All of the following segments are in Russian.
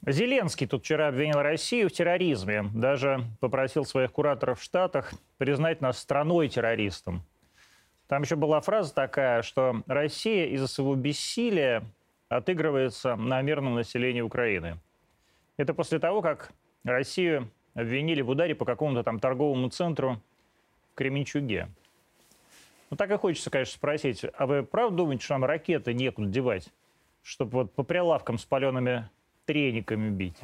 Зеленский тут вчера обвинил Россию в терроризме. Даже попросил своих кураторов в Штатах признать нас страной-террористом. Там еще была фраза такая, что Россия из-за своего бессилия отыгрывается на мирном населении Украины. Это после того, как Россию обвинили в ударе по какому-то там торговому центру в Кременчуге. Ну так и хочется, конечно, спросить, а вы правда думаете, что нам ракеты некуда девать, чтобы вот по прилавкам с палеными трениками бить?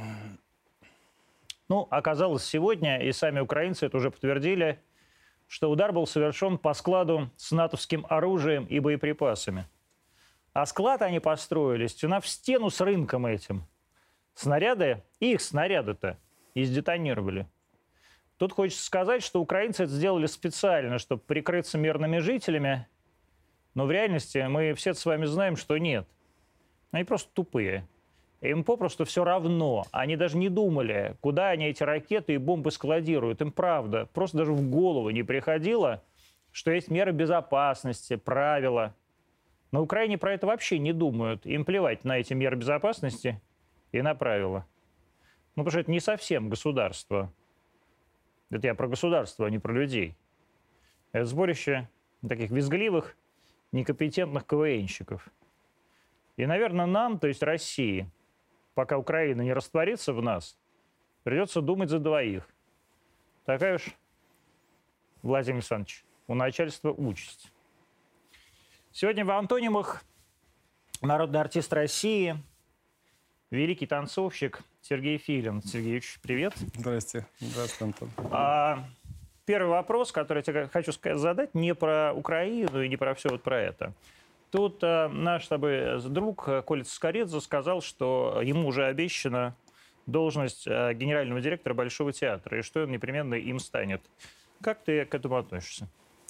Ну, оказалось сегодня, и сами украинцы это уже подтвердили, что удар был совершен по складу с натовским оружием и боеприпасами. А склад они построили стена в стену с рынком этим. Снаряды, их снаряды-то, и сдетонировали. Тут хочется сказать, что украинцы это сделали специально, чтобы прикрыться мирными жителями, но в реальности мы все с вами знаем, что нет. Они просто тупые. Им попросту все равно. Они даже не думали, куда они эти ракеты и бомбы складируют. Им правда, просто даже в голову не приходило, что есть меры безопасности, правила. На Украине про это вообще не думают. Им плевать на эти меры безопасности и на правила. Ну, потому что это не совсем государство. Это я про государство, а не про людей. Это сборище таких визгливых, некомпетентных КВНщиков. И, наверное, нам, то есть России, пока Украина не растворится в нас, придется думать за двоих. Такая уж, Владимир Александрович, у начальства участь. Сегодня в антонимах народный артист России, великий танцовщик Сергей Филин. Сергей Ильич, привет. Здрасте. Здравствуйте, Антон. Первый вопрос, который я тебе хочу задать, не про Украину и не про все вот про это. Тут наш с тобой друг Коля Цискоридзе сказал, что ему уже обещана должность генерального директора Большого театра, и что он непременно им станет. Как ты к этому относишься?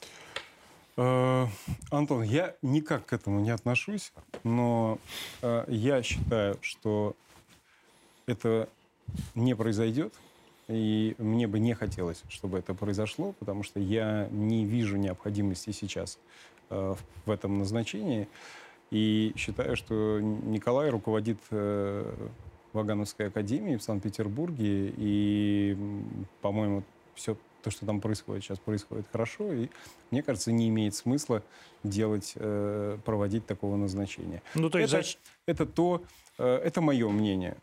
Антон, я никак к этому не отношусь, но я считаю, что это не произойдет, и мне бы не хотелось, чтобы это произошло, потому что я не вижу необходимости сейчас в этом назначении, и считаю, что Николай руководит Вагановской академией в Санкт-Петербурге, и, по-моему, все то, что там происходит сейчас, происходит хорошо, и, мне кажется, не имеет смысла проводить такого назначения. Ну, то есть это мое мнение.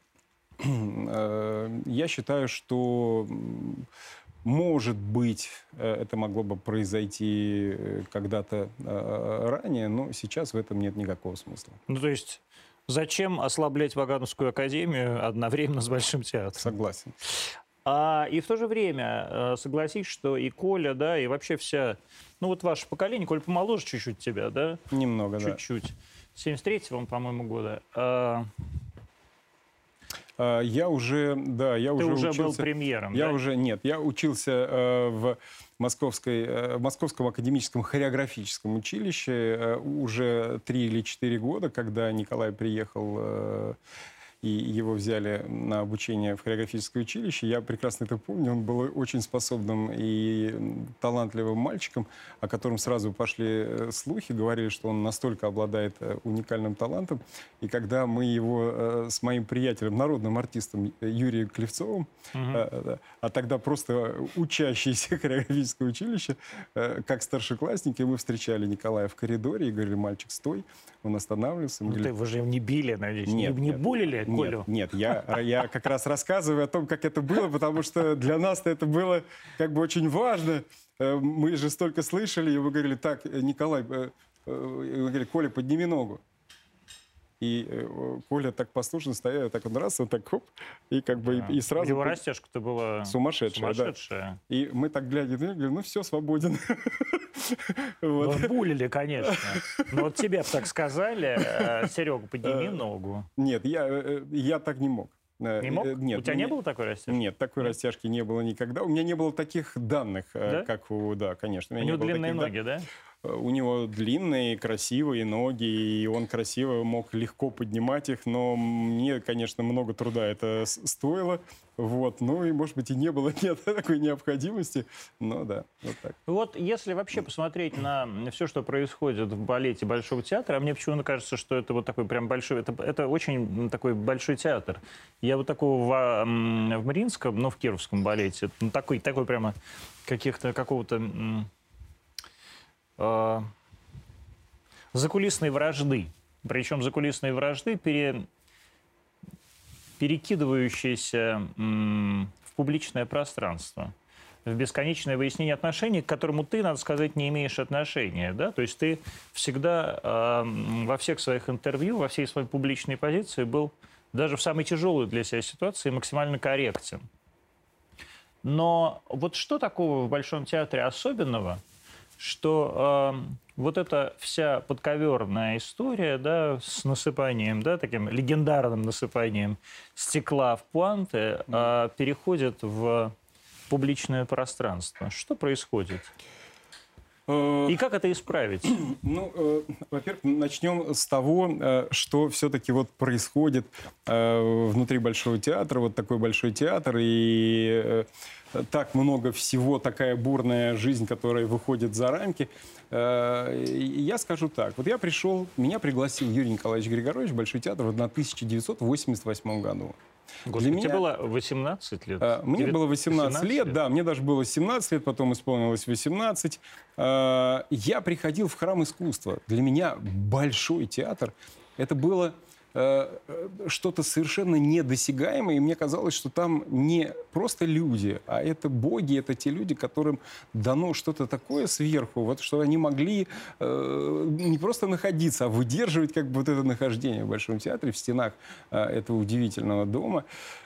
Я считаю, что, может быть, это могло бы произойти когда-то ранее, но сейчас в этом нет никакого смысла. Ну, то есть зачем ослаблять Вагановскую академию одновременно с Большим театром? Согласен. И в то же время согласись, что и Коля, да, и вообще вся, ну вот ваше поколение, Коля помоложе чуть-чуть тебя, да? Немного, чуть-чуть. 73-го, по-моему, года. Я уже, да, я Ты уже был учился, премьером, я да? уже, нет, я учился в Московском академическом хореографическом училище уже 3 или 4 года, когда Николай приехал и его взяли на обучение в хореографическое училище. Я прекрасно это помню. Он был очень способным и талантливым мальчиком, о котором сразу пошли слухи, говорили, что он настолько обладает уникальным талантом. И когда мы его с моим приятелем, народным артистом Юрием Клевцовым, а тогда просто учащийся хореографического училища, как старшеклассники, мы встречали Николая в коридоре и говорили: мальчик, стой. Он останавливался. Ну, вы же не били, надеюсь? Не булили Колю? Нет, я как раз рассказываю о том, как это было, потому что для нас это было очень важно. Мы же столько слышали, и вы говорили: так, Николай, вы говорили: Коля, подними ногу. И Коля так послушно стоял, так он раз, вот так хоп, и и сразу... Его растяжка-то была сумасшедшая. Да. И мы так глядя, говорим: ну все, свободен. Ну, булили, конечно. Но вот тебе так сказали: Серега, подними ногу. Нет, я так не мог. Не мог? Нет, у тебя не было такой растяжки? Нет, такой растяжки не было никогда. У меня не было таких данных, да? как у... Да, конечно. У него длинные ноги, да? у него длинные, красивые ноги, и он красиво мог легко поднимать их, но мне, конечно, много труда это стоило. Вот. Ну и, может быть, и не было нет такой необходимости, но да, вот так. Вот если вообще посмотреть на все, что происходит в балете Большого театра, а мне почему-то кажется, что это вот такой прям большой, это очень такой большой театр. Я вот такого в Мариинском, но в Кировском балете, ну, такой прямо какого-то закулисной вражды. Причем закулисные вражды перекидывающиеся в публичное пространство, в бесконечное выяснение отношений, к которому ты, надо сказать, не имеешь отношения. Да? То есть ты всегда во всех своих интервью, во всей своей публичной позиции был даже в самой тяжелой для себя ситуации максимально корректен. Но вот что такого в Большом театре особенного, что вот эта вся подковерная история, да, с насыпанием, да, таким легендарным насыпанием стекла в пуанты, переходит в публичное пространство? Что происходит? И как это исправить? Ну, во-первых, начнем с того, что все-таки вот происходит внутри Большого театра, вот такой Большой театр, и так много всего, такая бурная жизнь, которая выходит за рамки. Я скажу так. Вот я пришел, меня пригласил Юрий Николаевич Григорович в Большой театр в 1988 году. Господи, тебе было 18 лет? Мне было 18 лет, да, мне даже было 17 лет, потом исполнилось 18. Я приходил в храм искусства. Для меня Большой театр — это было что-то совершенно недосягаемое, и мне казалось, что там не просто люди, а это боги, это те люди, которым дано что-то такое сверху, вот, что они могли не просто находиться, а выдерживать как бы вот это нахождение в Большом театре, в стенах этого удивительного дома.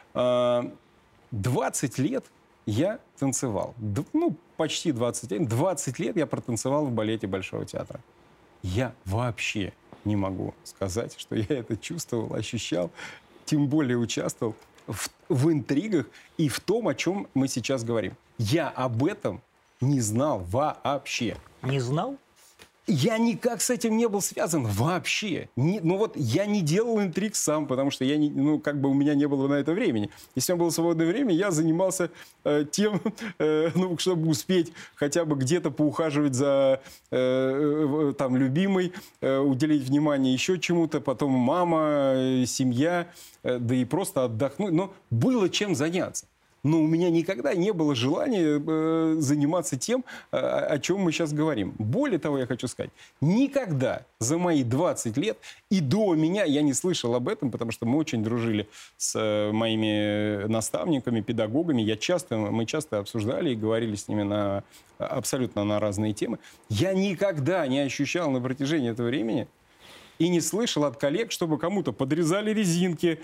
20 лет я танцевал. Ну, почти 20 лет. 20 лет я протанцевал в балете Большого театра. Я вообще не могу сказать, что я это чувствовал, ощущал, тем более участвовал в интригах и в том, о чем мы сейчас говорим. Я об этом не знал вообще. Не знал? Я никак с этим не был связан вообще. Ну вот я не делал интриг сам, потому что у меня не было на это времени. Если у меня было свободное время, я занимался тем, чтобы успеть хотя бы где-то поухаживать за любимой, уделить внимание еще чему-то, потом мама, семья, да и просто отдохнуть. Но было чем заняться. Но у меня никогда не было желания заниматься тем, о чем мы сейчас говорим. Более того, я хочу сказать, никогда за мои 20 лет и до меня я не слышал об этом, потому что мы очень дружили с моими наставниками, педагогами. Мы часто обсуждали и говорили с ними абсолютно на разные темы. Я никогда не ощущал на протяжении этого времени и не слышал от коллег, чтобы кому-то подрезали резинки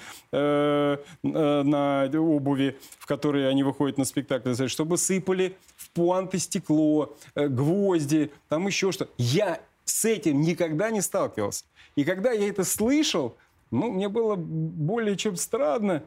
на обуви, в которые они выходят на спектакль, чтобы сыпали в пуанты стекло, гвозди, там еще что. Я с этим никогда не сталкивался. И когда я это слышал, мне было более чем странно.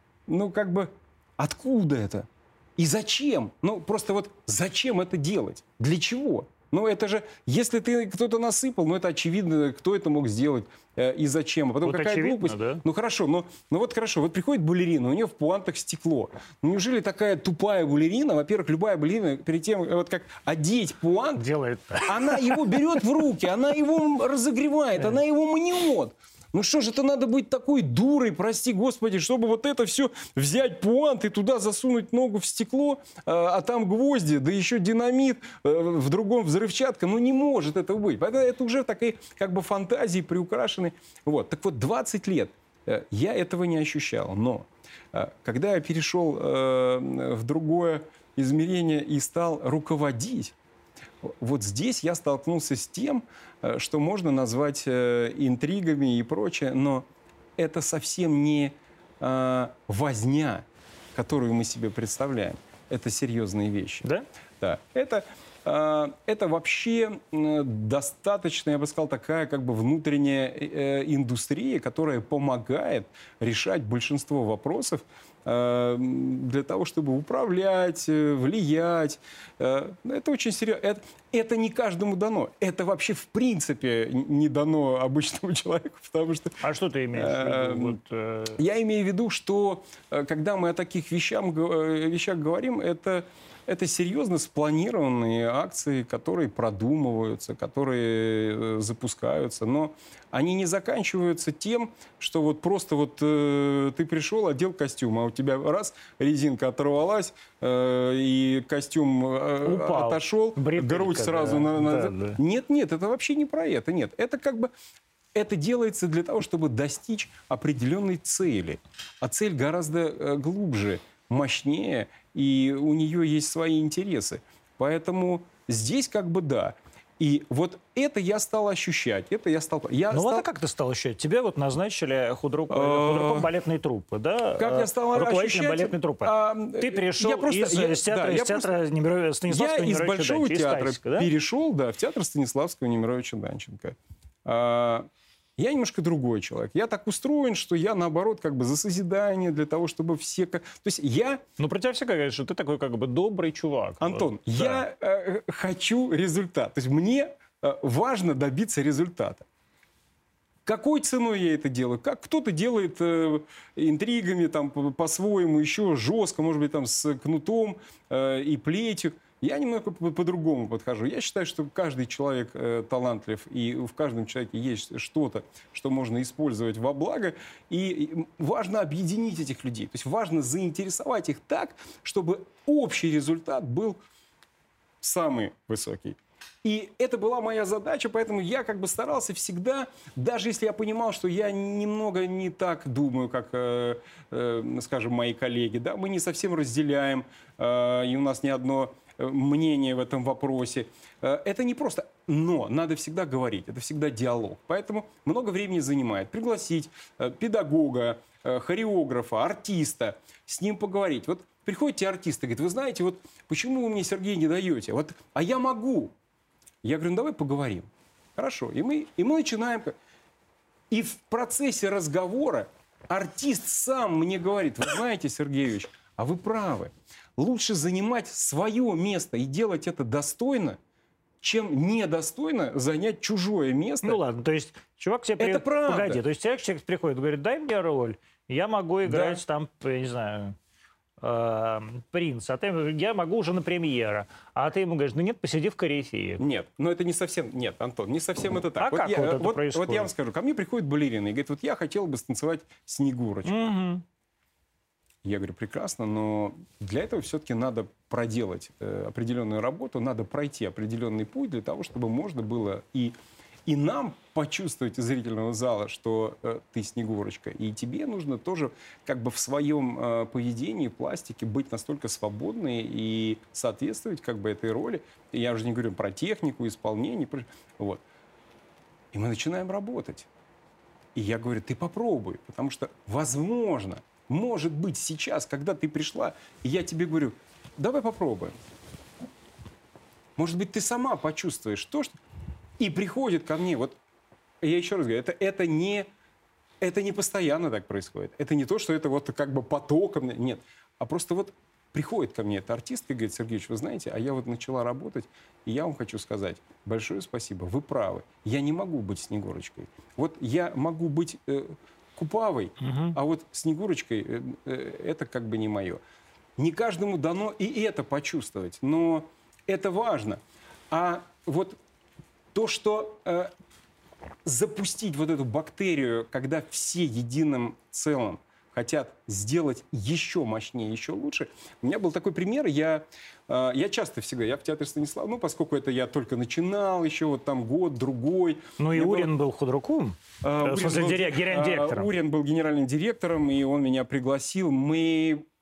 Откуда это? И зачем? Просто вот зачем это делать? Для чего? Это же, если кто-то насыпал, это очевидно, кто это мог сделать и зачем. А потом вот какая глупость. Да? Хорошо, вот приходит балерина, у нее в пуантах стекло. Неужели такая тупая балерина, во-первых, любая балерина, перед тем, как одеть пуант, делает, она его берет в руки, она его разогревает, она его мнет. Что же это надо быть такой дурой, прости господи, чтобы вот это все взять пуант и туда засунуть ногу в стекло, а там гвозди, да еще динамит, в другом взрывчатка. Не может этого быть. Это уже такие фантазии приукрашены. Так вот, 20 лет я этого не ощущал. Но когда я перешел в другое измерение и стал руководить, вот здесь я столкнулся с тем, что можно назвать интригами и прочее, но это совсем не возня, которую мы себе представляем. Это серьезные вещи. Да? Да. Это это вообще достаточно, я бы сказал, такая как бы внутренняя индустрия, которая помогает решать большинство вопросов для того, чтобы управлять, влиять. Это очень серьезно. Это не каждому дано. Это вообще в принципе не дано обычному человеку, потому что... А что ты имеешь в виду? Я имею в виду, что когда мы о таких вещах говорим, это серьезно спланированные акции, которые продумываются, которые запускаются, но они не заканчиваются тем, что вот просто вот ты пришел, одел костюм, а у тебя раз, резинка оторвалась, и костюм отошел, грудь сразу... Да. Нет, это вообще не про это, нет. Это как бы... Это делается для того, чтобы достичь определенной цели. А цель гораздо глубже, мощнее, и у нее есть свои интересы. Поэтому здесь как бы да. И вот это я стал ощущать. Вот а как ты стал ощущать? Тебя вот назначили худруком балетной труппы, да? Как я стал руководителем балетной труппы. Ты пришел из театра Станиславского Я из Большого театра да? перешел в театр Станиславского Немировича Данченко. Я немножко другой человек. Я так устроен, что я, наоборот, как бы за созидание, для того, чтобы все... То есть я... Ну, про тебя все говорят, что ты такой как бы добрый чувак. Антон, я хочу результат. То есть мне важно добиться результата. Какой ценой я это делаю? Как кто-то делает интригами, там, по-своему, еще жестко, может быть, там, с кнутом и плетью. Я немного по-другому подхожу. Я считаю, что каждый человек талантлив, и в каждом человеке есть что-то, что можно использовать во благо. И важно объединить этих людей. То есть важно заинтересовать их так, чтобы общий результат был самый высокий. И это была моя задача, поэтому я как бы старался всегда, даже если я понимал, что я немного не так думаю, как, скажем, мои коллеги, да, мы не совсем разделяем, и у нас ни одно мнение в этом вопросе. Это не просто, но надо всегда говорить, это всегда диалог. Поэтому много времени занимает пригласить педагога, хореографа, артиста, с ним поговорить. Вот приходят те артисты, говорят, вы знаете, вот почему вы мне, Сергей, не даете? Вот, а я могу. Я говорю, ну давай поговорим. Хорошо. И мы начинаем. И в процессе разговора артист сам мне говорит, вы знаете, Сергеевич, а вы правы. Лучше занимать свое место и делать это достойно, чем недостойно занять чужое место. Ну ладно, то есть чувак тебе это правда. Погоди, то есть человек приходит, говорит, дай мне роль, я могу играть там, я не знаю, принца, я могу уже на премьера. А ты ему говоришь, ну нет, посиди в корифее. Нет, но это не совсем, нет, Антон, не совсем это так. А как это происходит? Вот я вам скажу, ко мне приходит балерина и говорит, вот я хотел бы станцевать Снегурочку. Угу. Я говорю, прекрасно, но для этого все-таки надо проделать определенную работу, надо пройти определенный путь для того, чтобы можно было и нам почувствовать из зрительного зала, что ты Снегурочка. И тебе нужно тоже как бы в своем поведении, пластике быть настолько свободной и соответствовать как бы этой роли. И я уже не говорю про технику, исполнение. Вот. И мы начинаем работать. И я говорю, ты попробуй, потому что возможно, может быть сейчас, когда ты пришла, и я тебе говорю, давай попробуем. Может быть, ты сама почувствуешь то, что... И приходит ко мне, вот я еще раз говорю, это не постоянно так происходит. Это не то, что это вот как бы потоком, нет. А просто вот приходит ко мне эта артистка и говорит, Сергеевич, вы знаете, а я вот начала работать, и я вам хочу сказать большое спасибо, вы правы. Я не могу быть Снегурочкой. Вот я могу быть Купавой, а вот Снегурочкой это как бы не мое. Не каждому дано и это почувствовать, но это важно. А вот то, что запустить вот эту бактерию, когда все единым целым хотят сделать еще мощнее, еще лучше. У меня был такой пример. Я часто всегда, я в театре Станислава, ну, поскольку это я только начинал, еще вот там год, другой. Ну, и Урин был худруком, в смысле, генеральным директором. Урин был генеральным директором, и он меня пригласил. Мы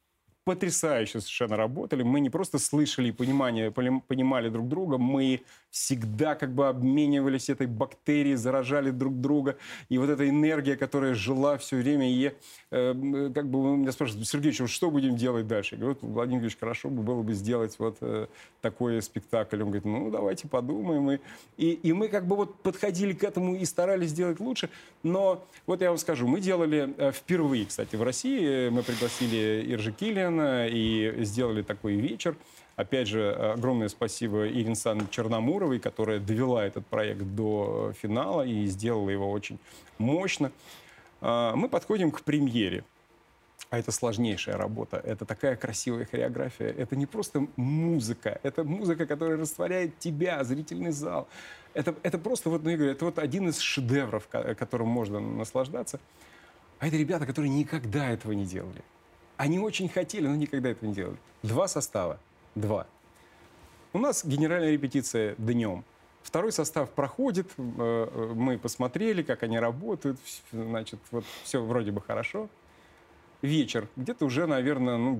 потрясающе совершенно работали. Мы не просто слышали и понимали друг друга, мы всегда как бы обменивались этой бактерией, заражали друг друга. И вот эта энергия, которая жила все время, и как бы меня спрашивают: Сергей, что будем делать дальше? Я говорю: вот, Владимир Ильич, хорошо было бы сделать вот такой спектакль. Он говорит: ну, давайте подумаем. И мы как бы вот подходили к этому и старались сделать лучше. Но вот я вам скажу, мы делали впервые, кстати, в России, мы пригласили Иржи Киллиана и сделали такой вечер. Опять же, огромное спасибо Ирине Александровне Черномуровой, которая довела этот проект до финала и сделала его очень мощно. Мы подходим к премьере. А это сложнейшая работа. Это такая красивая хореография. Это не просто музыка. Это музыка, которая растворяет тебя, зрительный зал. Это просто, вот, ну, я говорю, это вот один из шедевров, которым можно наслаждаться. А это ребята, которые никогда этого не делали. Они очень хотели, но никогда этого не делали. 2 состава. 2. У нас генеральная репетиция днем. Второй состав проходит. Мы посмотрели, как они работают. Значит, вот все вроде бы хорошо. Вечер. Где-то уже, наверное,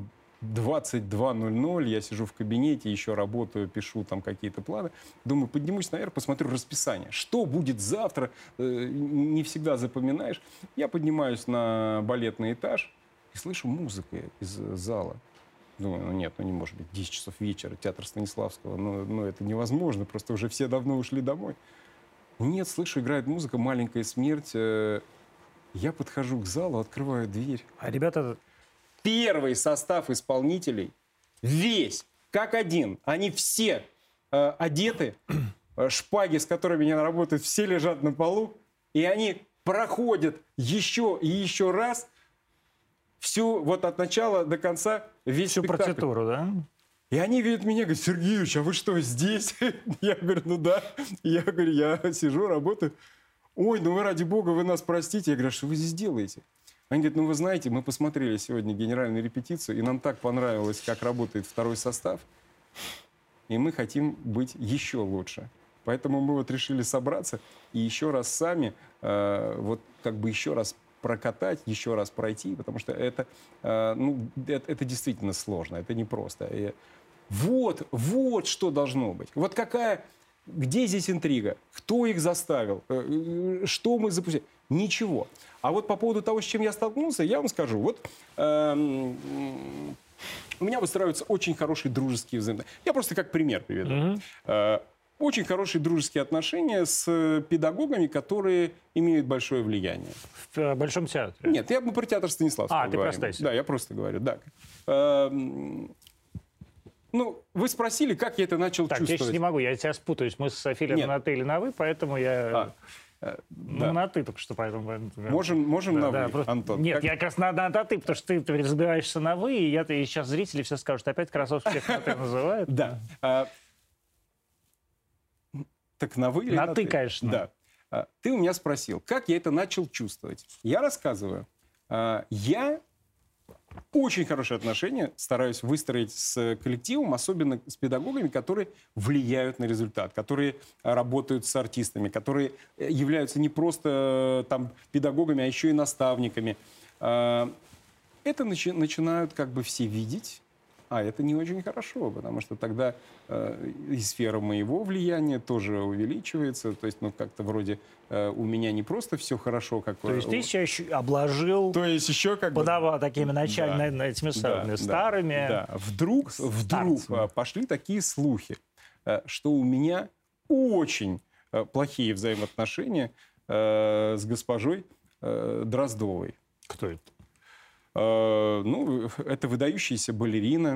22:00. Я сижу в кабинете, еще работаю, пишу там какие-то планы. Думаю, поднимусь наверх, посмотрю расписание. Что будет завтра? Не всегда запоминаешь. Я поднимаюсь на балетный этаж и слышу музыку из зала. Думаю, нет, не может быть, 10 часов вечера, театр Станиславского. Ну, это невозможно, просто уже все давно ушли домой. Нет, слышу, играет музыка «Маленькая смерть». Я подхожу к залу, открываю дверь. А ребята... Первый состав исполнителей, весь, как один, они все одеты, шпаги, с которыми они работают, все лежат на полу, и они проходят еще и еще раз всю, вот от начала до конца, весь Всю спектакль. партитуру, да? И они видят меня, говорят: Сергеевич, а вы что, здесь? Я говорю: ну да. Я говорю: я сижу, работаю. Ой, ну вы, ради бога, вы нас простите. Я говорю: что вы здесь делаете? Они говорят: ну вы знаете, мы посмотрели сегодня генеральную репетицию, и нам так понравилось, как работает второй состав, и мы хотим быть еще лучше. Поэтому мы вот решили собраться и еще раз сами, вот как бы еще раз прокатать, еще раз пройти, потому что это действительно сложно, это непросто. И вот что должно быть. Вот где здесь интрига? Кто их заставил? Что мы запустили? Ничего. А вот по поводу того, с чем я столкнулся, я вам скажу. Вот у меня выстраиваются очень хорошие дружеские взаимоотношения. Я просто как пример приведу. Очень хорошие дружеские отношения с педагогами, которые имеют большое влияние. В Большом театре? Нет, я про театр Станиславского говорю. Ты просто... Да, я просто говорю, да. Ну, вы спросили, как я это начал чувствовать. Я сейчас не могу, я тебя спутаюсь. Мы с Софией на «ты» или на «вы», поэтому я... да. На «ты» только что, поэтому... Можем на «вы», просто... Антон. Нет, я как раз на «ты», потому что ты разбираешься на «вы», и сейчас зрители все скажут: опять Красов всех на «ты» называют. Да. Так на «вы» или на «ты», конечно. Да. Ты у меня спросил, как я это начал чувствовать. Я рассказываю. Я очень хорошие отношения стараюсь выстроить с коллективом, особенно с педагогами, которые влияют на результат, которые работают с артистами, которые являются не просто там педагогами, а еще и наставниками. Это начинают как бы все видеть. А это не очень хорошо, потому что тогда и сфера моего влияния тоже увеличивается. То есть, как-то вроде у меня не просто все хорошо, как... То есть ты себя еще обложил, то есть еще как бы... подавал такими начальными этими старыми... Да. Вдруг пошли такие слухи, что у меня очень плохие взаимоотношения с госпожой Дроздовой. Кто это? Это выдающаяся балерина.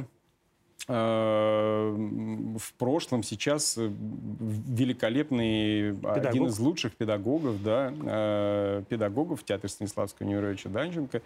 В прошлом, сейчас великолепный, один из лучших педагогов, педагогов в театре Станиславского Немировича Данченко.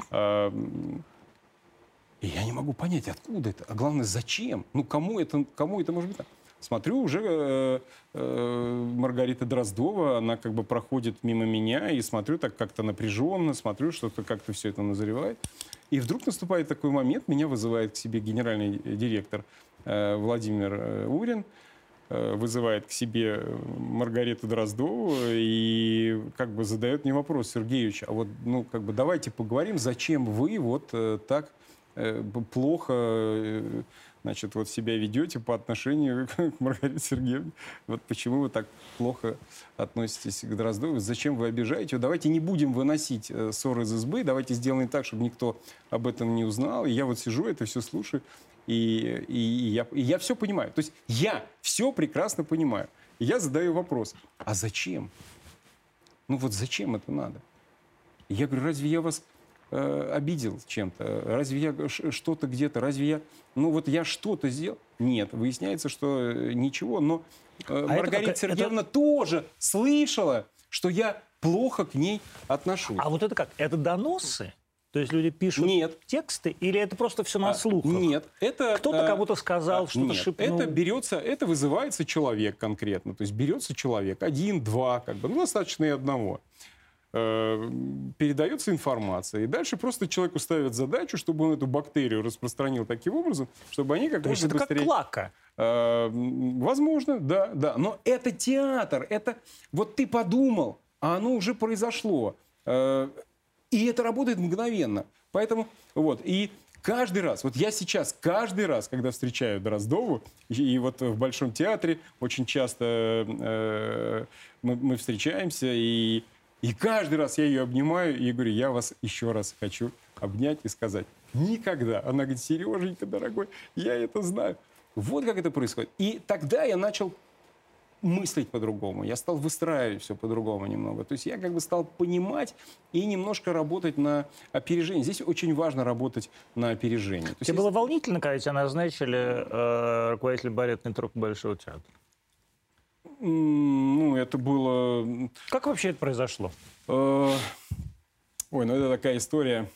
И я не могу понять, откуда это, а главное, зачем? Кому это может быть? Смотрю, уже Маргарита Дроздова, она как бы проходит мимо меня, и смотрю так как-то напряженно, смотрю, что-то как-то все это назревает. И вдруг наступает такой момент, меня вызывает к себе генеральный директор Владимир Урин, вызывает к себе Маргариту Дроздову и как бы задает мне вопрос: Сергеевич, а вот давайте поговорим, зачем вы вот так плохо значит, вот себя ведете по отношению к Маргарите Сергеевне. Вот почему вы так плохо относитесь к Дроздовой? Зачем вы обижаете? Давайте не будем выносить ссоры из избы, давайте сделаем так, чтобы никто об этом не узнал. И я вот сижу, это все слушаю, и я все понимаю. То есть я все прекрасно понимаю. И я задаю вопрос, а зачем? Ну вот зачем это надо? Я говорю, разве я вас обидел чем-то? Разве я что-то где-то? Разве я... Ну вот я что-то сделал? Нет. Выясняется, что ничего. Но Маргарита Сергеевна тоже слышала, что я плохо к ней отношусь. А вот это как? Это доносы? То есть люди пишут тексты? Или это просто все на слухах? Нет. Это, кто-то кому-то сказал, что-то шепнул? Это берется, это вызывается человек конкретно. То есть берется человек, один, два, как бы, ну, достаточно и одного. Передается информация. И дальше просто человеку ставят задачу, чтобы он эту бактерию распространил таким образом, чтобы они как можно быстрее... То есть это как клака? Возможно, да, да. Но это театр. Это вот ты подумал, а оно уже произошло. И это работает мгновенно. Поэтому вот. И каждый раз, вот я сейчас каждый раз, когда встречаю Дроздову, и вот в Большом театре очень часто мы встречаемся, и каждый раз я ее обнимаю и говорю, я вас еще раз хочу обнять и сказать, никогда. Она говорит, Сереженька, дорогой, я это знаю. Вот как это происходит. И тогда я начал мыслить по-другому. Я стал выстраивать все по-другому немного. То есть я как бы стал понимать и немножко работать на опережение. Здесь очень важно работать на опережение. Тебе было волнительно, когда тебя назначили руководителем балетной труппы Большого театра? Ну, это было... Как вообще это произошло? Ой, ну это такая история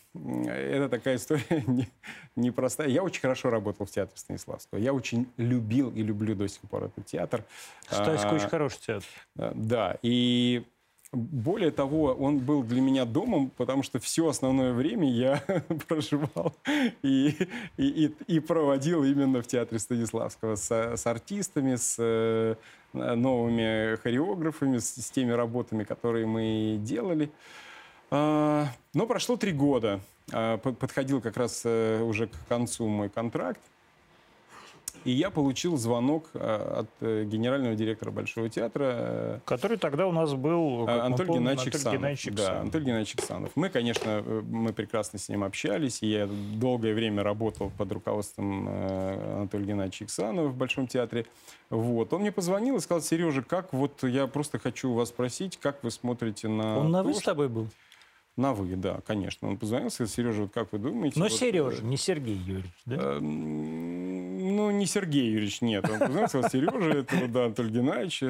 непростая. Я очень хорошо работал в театре Станиславского. Я очень любил и люблю до сих пор этот театр. Станиславский очень хороший театр. Да, и более того, он был для меня домом, потому что все основное время я проживал и проводил именно в театре Станиславского с артистами, с новыми хореографами, с теми работами, которые мы делали. Но прошло 3 года. Подходил как раз уже к концу мой контракт. И я получил звонок от генерального директора Большого театра. Который тогда у нас был... Анатолий Геннадьевич Иксанов. Да, Анатолий Геннадьевич Иксанов. Мы, конечно, мы прекрасно с ним общались. И я долгое время работал под руководством Анатолия Геннадьевича Иксанова в Большом театре. Вот. Он мне позвонил и сказал, Сережа, как вот я просто хочу вас спросить, как вы смотрите на... Он на «вы» с тобой был? На «вы», да, конечно. Он позвонил, сказал, Сережа, вот как вы думаете? Но вот, Сережа, не Сергей Юрьевич, да? Ну, не Сергей Юрьевич, нет. Он позвонил, сказал, Сережа, это, да, Анатолий Геннадьевич.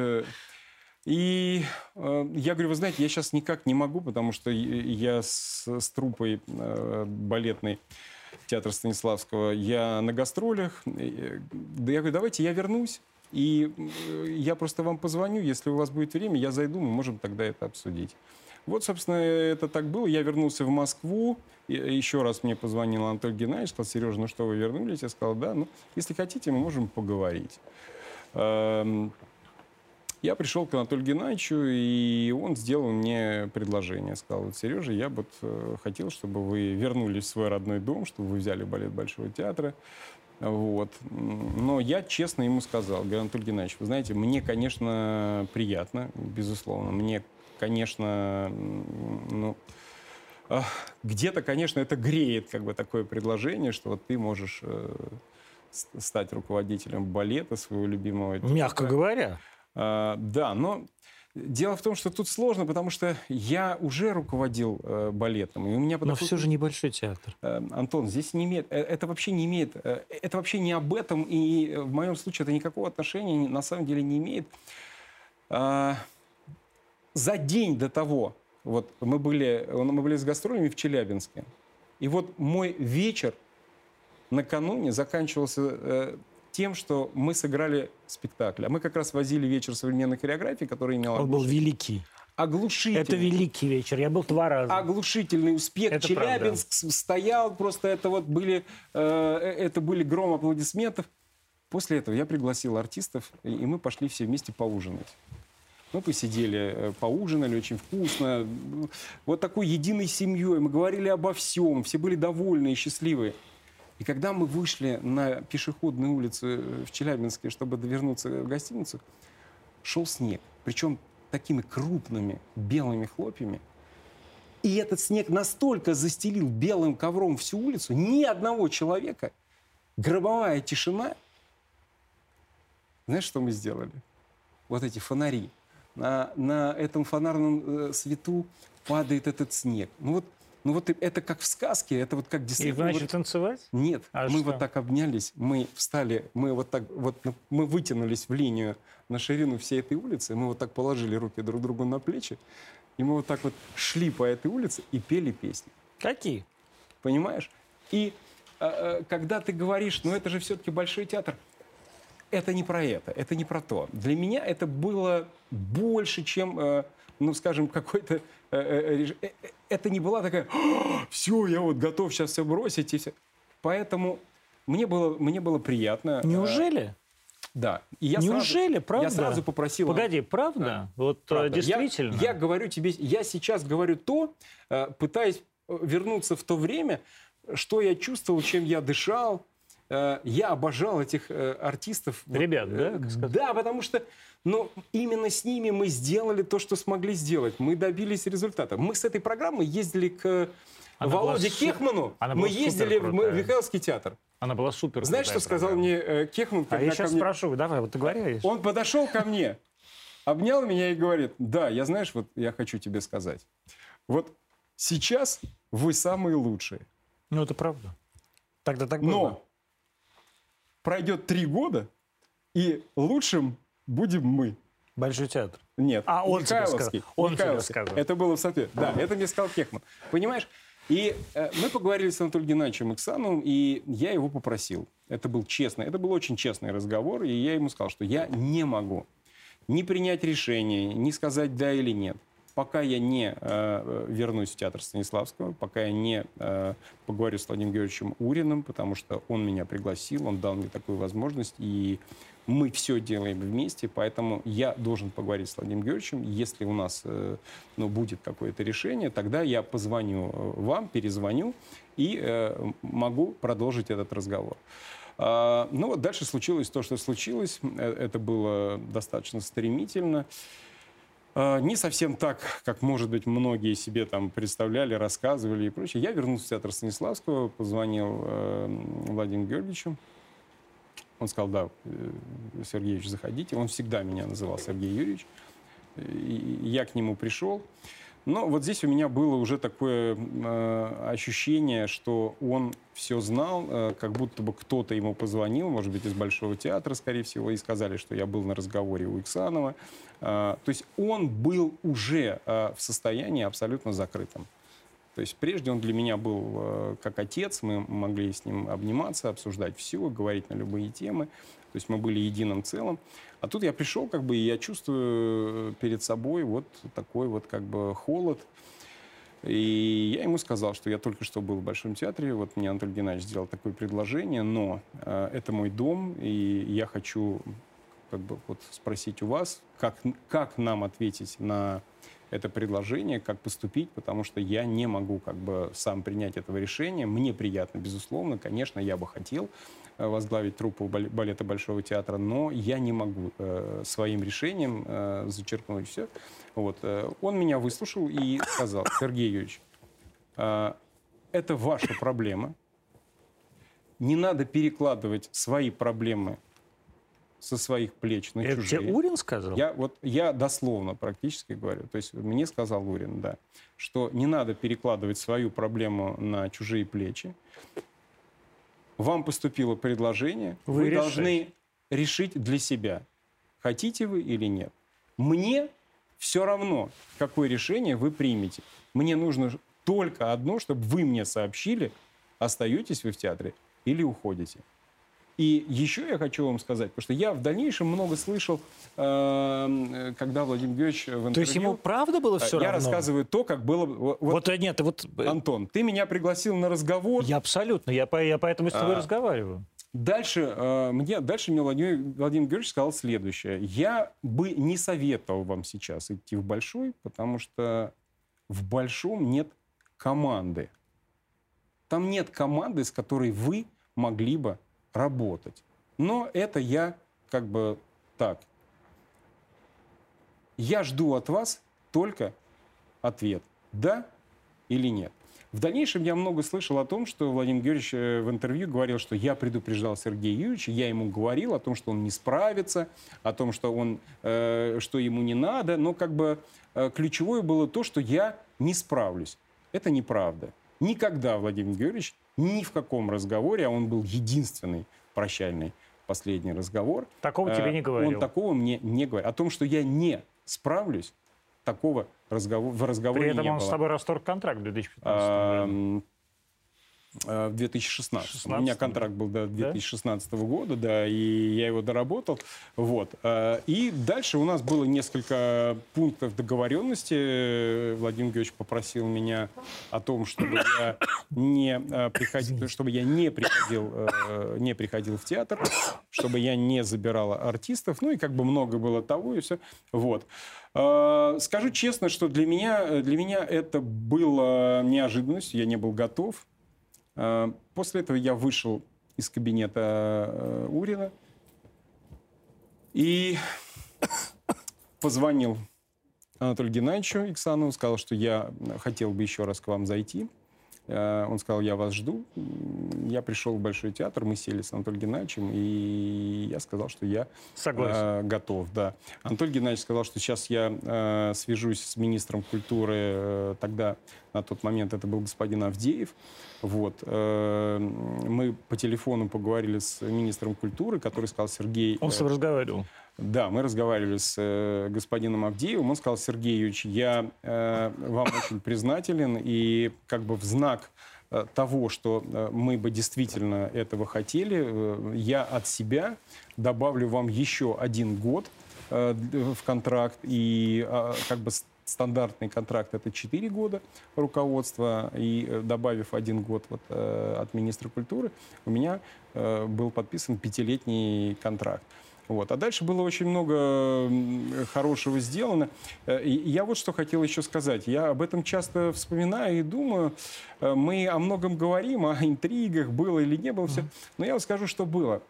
И я говорю, вы знаете, я сейчас никак не могу, потому что я с труппой балетной театра Станиславского, я на гастролях. Да я говорю, давайте я вернусь, и я просто вам позвоню, если у вас будет время, я зайду, мы можем тогда это обсудить. Вот, собственно, это так было. Я вернулся в Москву. Еще раз мне позвонил Анатолий Геннадьевич, сказал, Сережа, ну что, вы вернулись? Я сказал, да, ну, если хотите, мы можем поговорить. Я пришел к Анатолию Геннадьевичу, и он сделал мне предложение. Сказал, вот, Сережа, я вот хотел, чтобы вы вернулись в свой родной дом, чтобы вы взяли балет Большого театра. Вот. Но я честно ему сказал, говорю, Анатолий Геннадьевич, вы знаете, мне, конечно, приятно, безусловно, мне, конечно, ну, где-то, конечно, это греет, как бы, такое предложение, что вот ты можешь стать руководителем балета своего любимого. Мягко говоря. Да, но дело в том, что тут сложно, потому что я уже руководил балетом. И у меня но все же небольшой театр. Антон, здесь не имеет, это вообще не имеет, это вообще не об этом, и в моем случае это никакого отношения на самом деле не имеет. За день до того, вот мы были с гастролями в Челябинске, и вот мой вечер накануне заканчивался тем, что мы сыграли спектакль. А мы как раз возили вечер современной хореографии, который имел... Он был великий. Оглушительный. Это великий вечер. Я был 2 раза. Оглушительный успех. Это Челябинск правда. Стоял, просто это вот были гром аплодисментов. После этого я пригласил артистов, и мы пошли все вместе поужинать. Мы посидели, поужинали очень вкусно. Вот такой единой семьей. Мы говорили обо всем. Все были довольны и счастливы. И когда мы вышли на пешеходную улицу в Челябинске, чтобы вернуться в гостиницу, шел снег. Причем такими крупными белыми хлопьями. И этот снег настолько застелил белым ковром всю улицу, ни одного человека, гробовая тишина. Знаешь, что мы сделали? Вот эти фонари. На этом фонарном свету падает этот снег. Ну вот это как в сказке, это вот как действительно... И вы начали танцевать? Нет, мы что? вот так обнялись, мы встали, мы вот так вот, мы вытянулись в линию на ширину всей этой улицы, мы вот так положили руки друг другу на плечи, и мы вот так вот шли по этой улице и пели песни. Какие? Понимаешь? И когда ты говоришь, ну это же все-таки Большой театр, это не про это не про то. Для меня это было больше, чем, ну скажем, какой-то... Это не была такая, все, я вот готов сейчас все бросить. И все. Поэтому мне было приятно. Неужели? Да. И я Неужели, правда? Я сразу попросил... Погоди, правда? Да. Вот Правда. действительно? Я говорю тебе, я сейчас говорю то, пытаясь вернуться в то время, что я чувствовал, чем я дышал. Я обожал этих артистов. Ребят, да? Да, потому что именно с ними мы сделали то, что смогли сделать. Мы добились результата. Мы с этой программой ездили к Володе Кехману. Мы ездили в Михайловский театр. Она была супер. Знаешь, что сказал мне Кехман? А я сейчас спрошу, давай, вот ты говоришь. Он подошел ко мне, обнял меня и говорит, да, я, знаешь, вот я хочу тебе сказать. Вот сейчас вы самые лучшие. Ну, это правда. Тогда так было. Но пройдет 3 года, и лучшим будем мы. Большой театр. Нет, он Михайловский. Он тебе сказал. Это было в соответствии. Да, это мне сказал Кехман. Понимаешь? И мы поговорили с Анатолием Геннадьевичем Иксановым, и я его попросил. Это был очень честный разговор, и я ему сказал, что я не могу ни принять решение, ни сказать да или нет, пока я не вернусь в театр Станиславского, пока я не поговорю с Владимиром Георгиевичем Уриным, потому что он меня пригласил, он дал мне такую возможность, и мы все делаем вместе, поэтому я должен поговорить с Владимиром Георгиевичем. Если у нас будет какое-то решение, тогда я позвоню вам, перезвоню и могу продолжить этот разговор. Ну вот дальше случилось то, что случилось. Это было достаточно стремительно. Не совсем так, как, может быть, многие себе там представляли, рассказывали и прочее. Я вернулся в театр Станиславского, позвонил Владимиру Георгиевичу. Он сказал, да, Сергей Юрьевич, заходите. Он всегда меня называл Сергей Юрьевич. И я к нему пришел. Но вот здесь у меня было уже такое ощущение, что он все знал, как будто бы кто-то ему позвонил, может быть, из Большого театра, скорее всего, и сказали, что я был на разговоре у Иксанова. То есть он был уже в состоянии абсолютно закрытым. То есть прежде он для меня был как отец, мы могли с ним обниматься, обсуждать все, говорить на любые темы. То есть мы были единым целым. А тут я пришел, как бы, и я чувствую перед собой вот такой вот как бы холод. И я ему сказал, что я только что был в Большом театре, вот мне Анатолий Геннадьевич сделал такое предложение, но это мой дом, и я хочу как бы вот спросить у вас, как нам ответить на это предложение, как поступить, потому что я не могу как бы сам принять этого решения. Мне приятно, безусловно, конечно, я бы хотел возглавить труппу балета Большого театра, но я не могу своим решением зачеркнуть все. Вот. Он меня выслушал и сказал, Сергей Юрьевич, это ваша проблема. Не надо перекладывать свои проблемы со своих плеч на чужие. Это тебе Урин сказал? Я дословно практически говорю. То есть мне сказал Урин, да, что не надо перекладывать свою проблему на чужие плечи. Вам поступило предложение, вы должны решить для себя, хотите вы или нет. Мне все равно, какое решение вы примете. Мне нужно только одно, чтобы вы мне сообщили, остаетесь вы в театре или уходите. И еще я хочу вам сказать, потому что я в дальнейшем много слышал, когда Владимир Георгиевич в интервью... То есть ему правда было все равно? Я рассказываю то, как было... Антон, ты меня пригласил на разговор. Я абсолютно, я поэтому с тобой разговариваю. Дальше мне Владимир Георгиевич сказал следующее. Я бы не советовал вам сейчас идти в Большой, потому что в Большом нет команды. Там нет команды, с которой вы могли бы работать. Но это я как бы так. Я жду от вас только ответ, да или нет. В дальнейшем я много слышал о том, что Владимир Георгиевич в интервью говорил, что я предупреждал Сергея Юрьевича, я ему говорил о том, что он не справится, о том, что, что ему не надо, но как бы ключевое было то, что я не справлюсь. Это неправда. Никогда Владимир Георгиевич ни в каком разговоре, а он был единственный прощальный последний разговор. Такого тебе не говорил. Он такого мне не говорил. О том, что я не справлюсь, такого в разговоре не было. При этом он с тобой расторг контракт в 2015 году. В 2016. У меня контракт был до 2016 года, да, и я его доработал. Вот. И дальше у нас было несколько пунктов договоренности. Владимир Георгиевич попросил меня о том, чтобы я не приходил в театр, чтобы я не забирал артистов. Ну и как бы много было того, и все. Вот. Скажу честно, что для меня это было неожиданностью, я не был готов. После этого я вышел из кабинета Урина и позвонил Анатолию Геннадьевичу Иксанову, сказал, что я хотел бы еще раз к вам зайти. Он сказал, я вас жду. Я пришел в Большой театр, мы сели с Анатолием Геннадьевичем, и я сказал, что я готов. Да. Анатолий Геннадьевич сказал, что сейчас я свяжусь с министром культуры, тогда на тот момент это был господин Авдеев. Вот. Мы по телефону поговорили с министром культуры, который сказал, Сергей... Он с тобой разговаривал? Да, мы разговаривали с господином Авдеевым. Он сказал, Сергей Юрьевич, я вам очень признателен, и как бы в знак того, что мы бы действительно этого хотели, я от себя добавлю вам еще 1 год в контракт, и как бы стандартный контракт — это 4 года руководства, и добавив 1 год вот, от министра культуры, у меня был подписан 5-летний контракт. Вот. А дальше было очень много хорошего сделано. И я вот что хотел еще сказать. Я об этом часто вспоминаю и думаю. Мы о многом говорим, о интригах, было или не было все. Но я вот скажу, что было.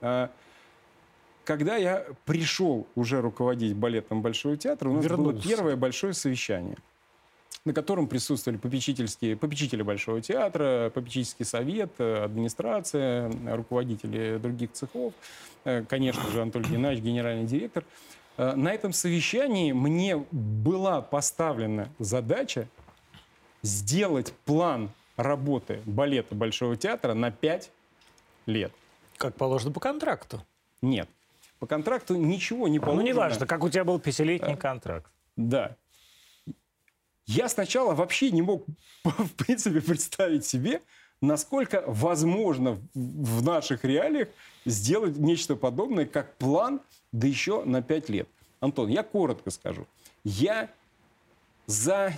Когда я пришел уже руководить балетом Большого театра, у нас было первое большое совещание, на котором присутствовали попечители Большого театра, попечительский совет, администрация, руководители других цехов, конечно же, Анатолий Геннадьевич, генеральный директор. На этом совещании мне была поставлена задача сделать план работы балета Большого театра на 5 лет. Как положено по контракту? Нет. По контракту ничего не положено. Ну, неважно, как у тебя был 5-летний контракт. Да. Я сначала вообще не мог, в принципе, представить себе, насколько возможно в наших реалиях сделать нечто подобное, как план, да еще на 5 лет. Антон, я коротко скажу. Я за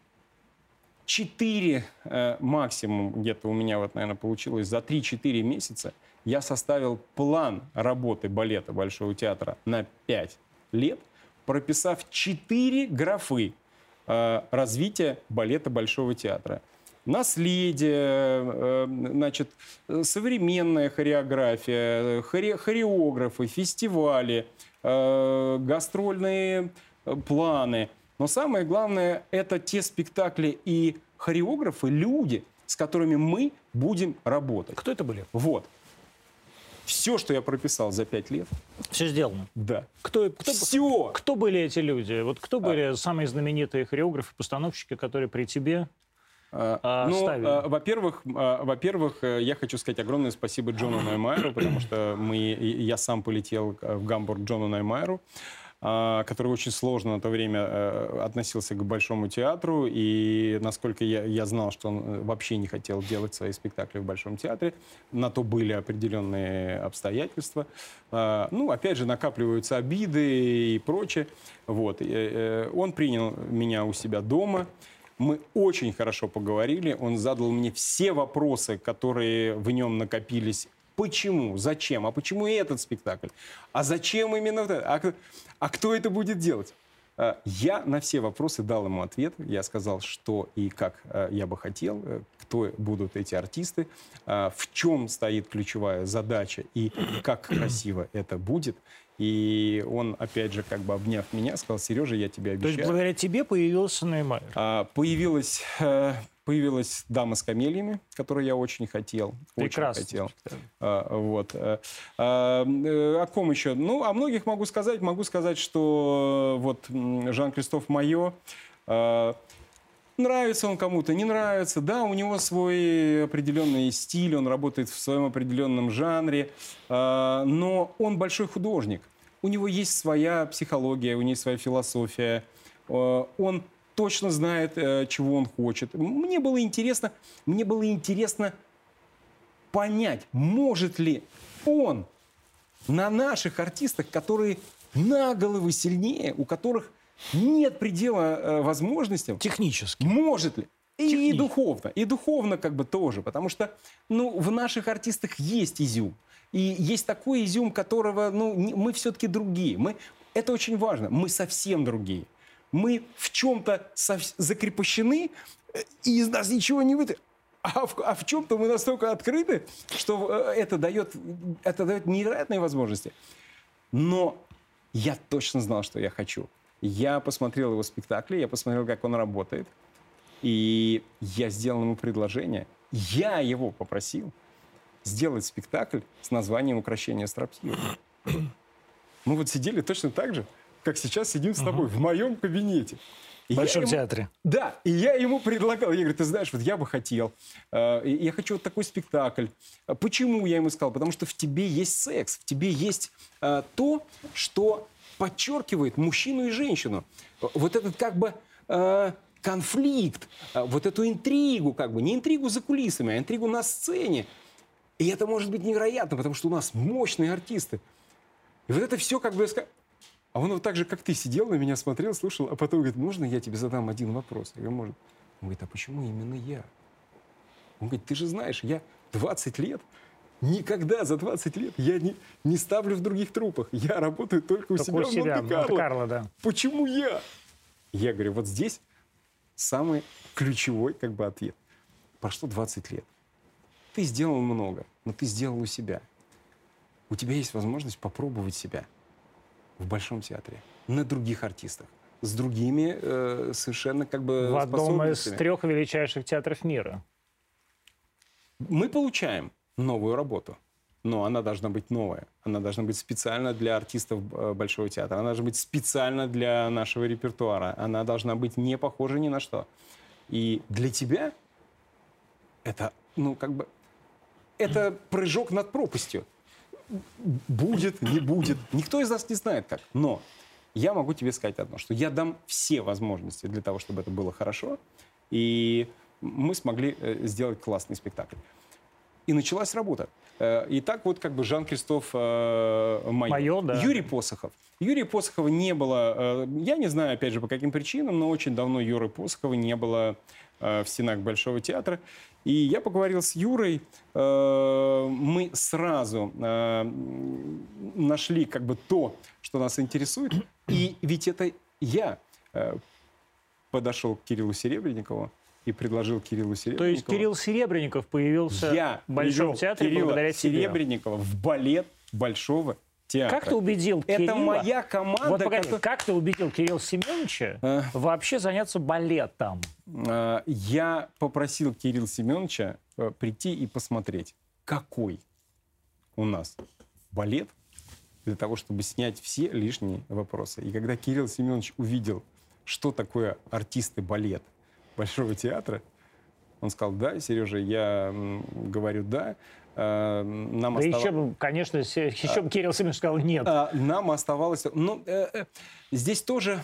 4, максимум где-то у меня, вот, наверное, получилось, за 3-4 месяца я составил план работы балета Большого театра на 5 лет, прописав 4 графы развития балета Большого театра. Наследие, значит, современная хореография, хореографы, фестивали, гастрольные планы. Но самое главное, это те спектакли и хореографы, люди, с которыми мы будем работать. Кто это были? Вот. Все, что я прописал за 5 лет. Все сделано? Да. Все! Кто были эти люди? Вот кто были самые знаменитые хореографы, постановщики, которые при тебе ставили? Во-первых, я хочу сказать огромное спасибо Джону Ноймайеру, потому что я сам полетел в Гамбург к Джону Ноймайеру, который очень сложно на то время относился к Большому театру. И насколько я знал, что он вообще не хотел делать свои спектакли в Большом театре, на то были определенные обстоятельства. Ну, опять же, накапливаются обиды и прочее. Вот. Он принял меня у себя дома. Мы очень хорошо поговорили. Он задал мне все вопросы, которые в нем накопились. Почему? Зачем? А почему этот спектакль? А зачем именно это? А кто это будет делать? Я на все вопросы дал ему ответ. Я сказал, что и как я бы хотел, кто будут эти артисты, в чем стоит ключевая задача и как красиво это будет. И он, опять же, как бы обняв меня, сказал: Сережа, я тебе обещаю. То есть благодаря тебе появился Неймар? Появилась «Дама с камелиями», которую я очень хотел. Прекрасно. Очень хотел. Вот. О ком еще? Ну, о многих могу сказать. Могу сказать, что вот Жан-Кристоф Майо, нравится он кому-то, не нравится. Да, у него свой определенный стиль, он работает в своем определенном жанре, но он большой художник. У него есть своя психология, у него есть своя философия. Он точно знает, чего он хочет. Мне было интересно понять, может ли он на наших артистах, которые на головы сильнее, у которых нет предела возможностям. Технически. Может ли? И духовно как бы тоже. Потому что в наших артистах есть изюм. И есть такой изюм, которого мы все-таки другие. Это очень важно. Мы совсем другие. Мы в чем-то закрепощены, и из нас ничего не вытащит. А в чем-то мы настолько открыты, что это дает невероятные возможности. Но я точно знал, что я хочу. Я посмотрел его спектакли, я посмотрел, как он работает. И я сделал ему предложение. Я его попросил сделать спектакль с названием «Укрощение строптивого». Мы вот сидели точно так же, как сейчас сидим с тобой в моем кабинете. В Большом театре. Да, и я ему предлагал. Я говорю: ты знаешь, вот я бы хотел. Я хочу вот такой спектакль. Почему я ему сказал? Потому что в тебе есть секс, в тебе есть то, что подчеркивает мужчину и женщину. Вот этот как бы конфликт, вот эту интригу, как бы не интригу за кулисами, а интригу на сцене. И это может быть невероятно, потому что у нас мощные артисты. И вот это все как бы... А он вот так же, как ты, сидел на меня, смотрел, слушал, а потом говорит: можно я тебе задам один вопрос? Я говорю: можно. Он говорит: а почему именно я? Он говорит: ты же знаешь, я 20 лет, никогда за 20 лет я не ставлю в других труппах. Я работаю только у себя в Монте-Карло. Да. Почему я? Я говорю: вот здесь самый ключевой как бы ответ. Прошло 20 лет. Ты сделал много, но ты сделал у себя. У тебя есть возможность попробовать себя в Большом театре, на других артистах, с другими совершенно как бы в одном из способностями. 3 величайших театров мира. Мы получаем новую работу, но она должна быть новая. Она должна быть специально для артистов Большого театра. Она должна быть специально для нашего репертуара. Она должна быть не похожа ни на что. И для тебя это, это прыжок над пропастью. Будет, не будет. Никто из нас не знает как. Но я могу тебе сказать одно, что я дам все возможности для того, чтобы это было хорошо. И мы смогли сделать классный спектакль. И началась работа. И так вот как бы Жан-Кристоф Майо. Да. Юрий Посохов. Юрия Посохова не было, я не знаю, опять же, по каким причинам, но очень давно Юры Посохова не было в стенах Большого театра. И я поговорил с Юрой, мы сразу нашли как бы то, что нас интересует. И ведь это я подошел к Кириллу Серебренникову и предложил Кириллу Серебренникову. То есть Кирилл Серебренников появился в Большом театре благодаря тебе. Серебренникова в балет Большого театра. Как ты убедил Кирилла... Это моя команда. Вот погоди, как ты убедил Кирилла Семеновича вообще заняться балетом? Я попросил Кирилла Семеновича прийти и посмотреть, какой у нас балет, для того, чтобы снять все лишние вопросы. И когда Кирилл Семенович увидел, что такое артисты балет Большого театра, он сказал: да, Сережа, я говорю да. Нам еще, конечно, еще бы Кирилл Семенович сказал нет. Нам оставалось... здесь тоже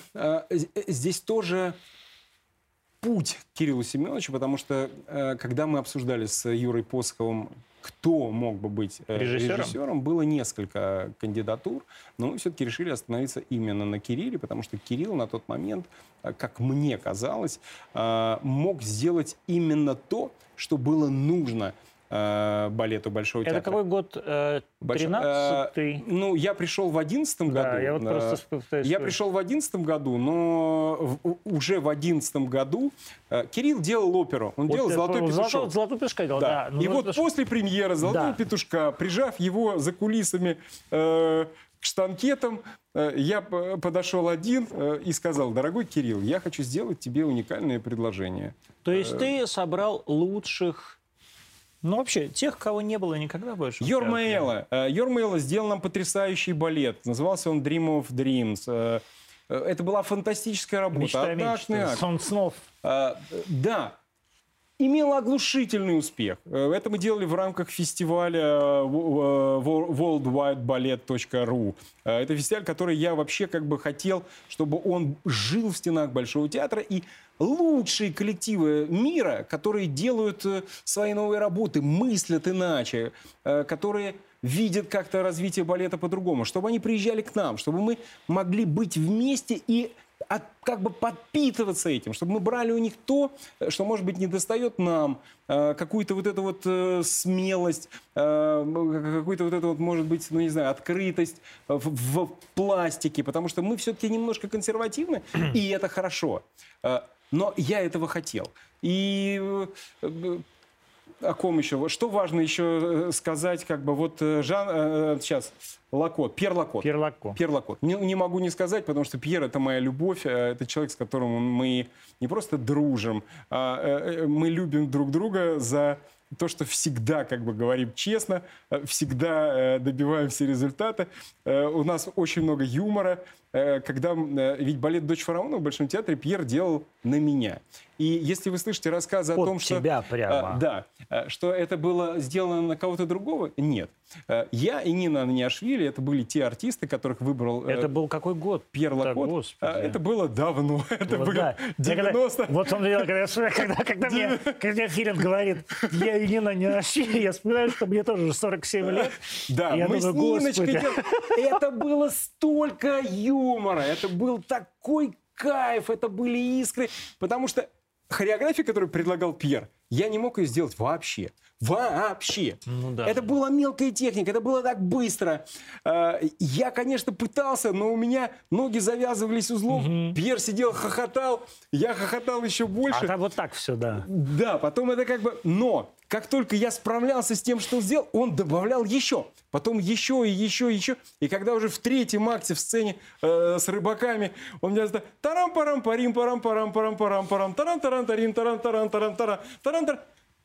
путь к Кириллу Семеновичу, потому что когда мы обсуждали с Юрой Посоховым, кто мог бы быть режиссером, было несколько кандидатур, но мы все-таки решили остановиться именно на Кирилле, потому что Кирилл на тот момент, как мне казалось, мог сделать именно то, что было нужно балету Большого театра. Это какой год? 13-й? Ну, я пришел в 11-м году. Да, я вот просто пытаюсь... Я пришел в 11-м году, но уже в 11-м году Кирилл делал оперу. Он делал «Золотой петушок». «Золотой петушка» делал, да. И вот после премьеры «Золотого петушка», прижав его за кулисами к штанкетам, я подошел один и сказал: дорогой Кирилл, я хочу сделать тебе уникальное предложение. То есть ты собрал лучших... Ну, вообще, тех, кого не было никогда больше. Йор Мэйла сделал нам потрясающий балет. Назывался он «Dream of Dreams». Это была фантастическая работа. Мечта, сон снов. Да. Имела оглушительный успех. Это мы делали в рамках фестиваля worldwideballet.ru. Это фестиваль, который я вообще как бы хотел, чтобы он жил в стенах Большого театра. И лучшие коллективы мира, которые делают свои новые работы, мыслят иначе, которые видят как-то развитие балета по-другому, чтобы они приезжали к нам, чтобы мы могли быть вместе и как бы подпитываться этим, чтобы мы брали у них то, что, может быть, недостает нам, какую-то вот эту вот смелость, какую-то вот эту вот, может быть, ну не знаю, открытость в пластике, потому что мы все-таки немножко консервативны, и это хорошо. Но я этого хотел. И о ком еще? Что важно еще сказать, как бы вот сейчас Пьер Лакот. Пьер Лакот. Не могу не сказать, потому что Пьер — это моя любовь, это человек, с которым мы не просто дружим, а мы любим друг друга за то, что всегда как бы говорим честно, всегда добиваемся результата. У нас очень много юмора. Когда ведь балет «Дочь фараона» в Большом театре Пьер делал на меня. И если вы слышите рассказы о том, что... тебя прямо. Да, что это было сделано на кого-то другого, нет. Я и Нина Ананиашвили — это были те артисты, которых выбрал... Это был какой год? Пьер Лакот. Это было давно. Это было 90... Вот он видел, когда мне Филин говорит: я и Нина Ананиашвили, я вспоминаю, что мне тоже уже 47 лет. Да, мы с Ниночкой делали... Это было столько юмора, это был такой кайф, это были искры, потому что хореография, которую предлагал Пьер, я не мог ее сделать вообще. Вообще. Ну, да. Это была мелкая техника, это было так быстро. Я, конечно, пытался, но у меня ноги завязывались узлом. Угу. Пьер сидел, хохотал, я хохотал еще больше. А вот так все, да. Да, потом это как бы... Но как только я справлялся с тем, что сделал, он добавлял еще. Потом еще и еще и еще. И когда уже в третьем акте в сцене с рыбаками, он меня сказал: тарам-парам-парим, парам-парам-парам-парам-парам, тарам-тарам-тарим, тарам-тарам-тарам-тарам, тарам-тарам.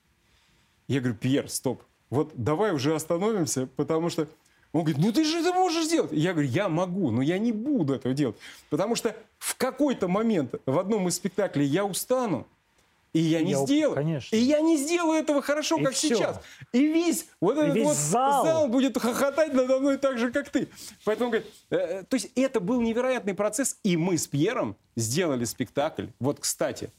Я говорю: Пьер, стоп. Вот давай уже остановимся, потому что... Он говорит: ну ты же это можешь сделать. Я говорю: я могу, но я не буду этого делать. Потому что в какой-то момент в одном из спектаклей я устану, и я не сделаю. Конечно. И я не сделаю этого хорошо, как все. Сейчас. И весь вот этот вот зал будет хохотать надо мной так же, как ты. Поэтому, говорит, то есть это был невероятный процесс. И мы с Пьером сделали спектакль. Вот, кстати,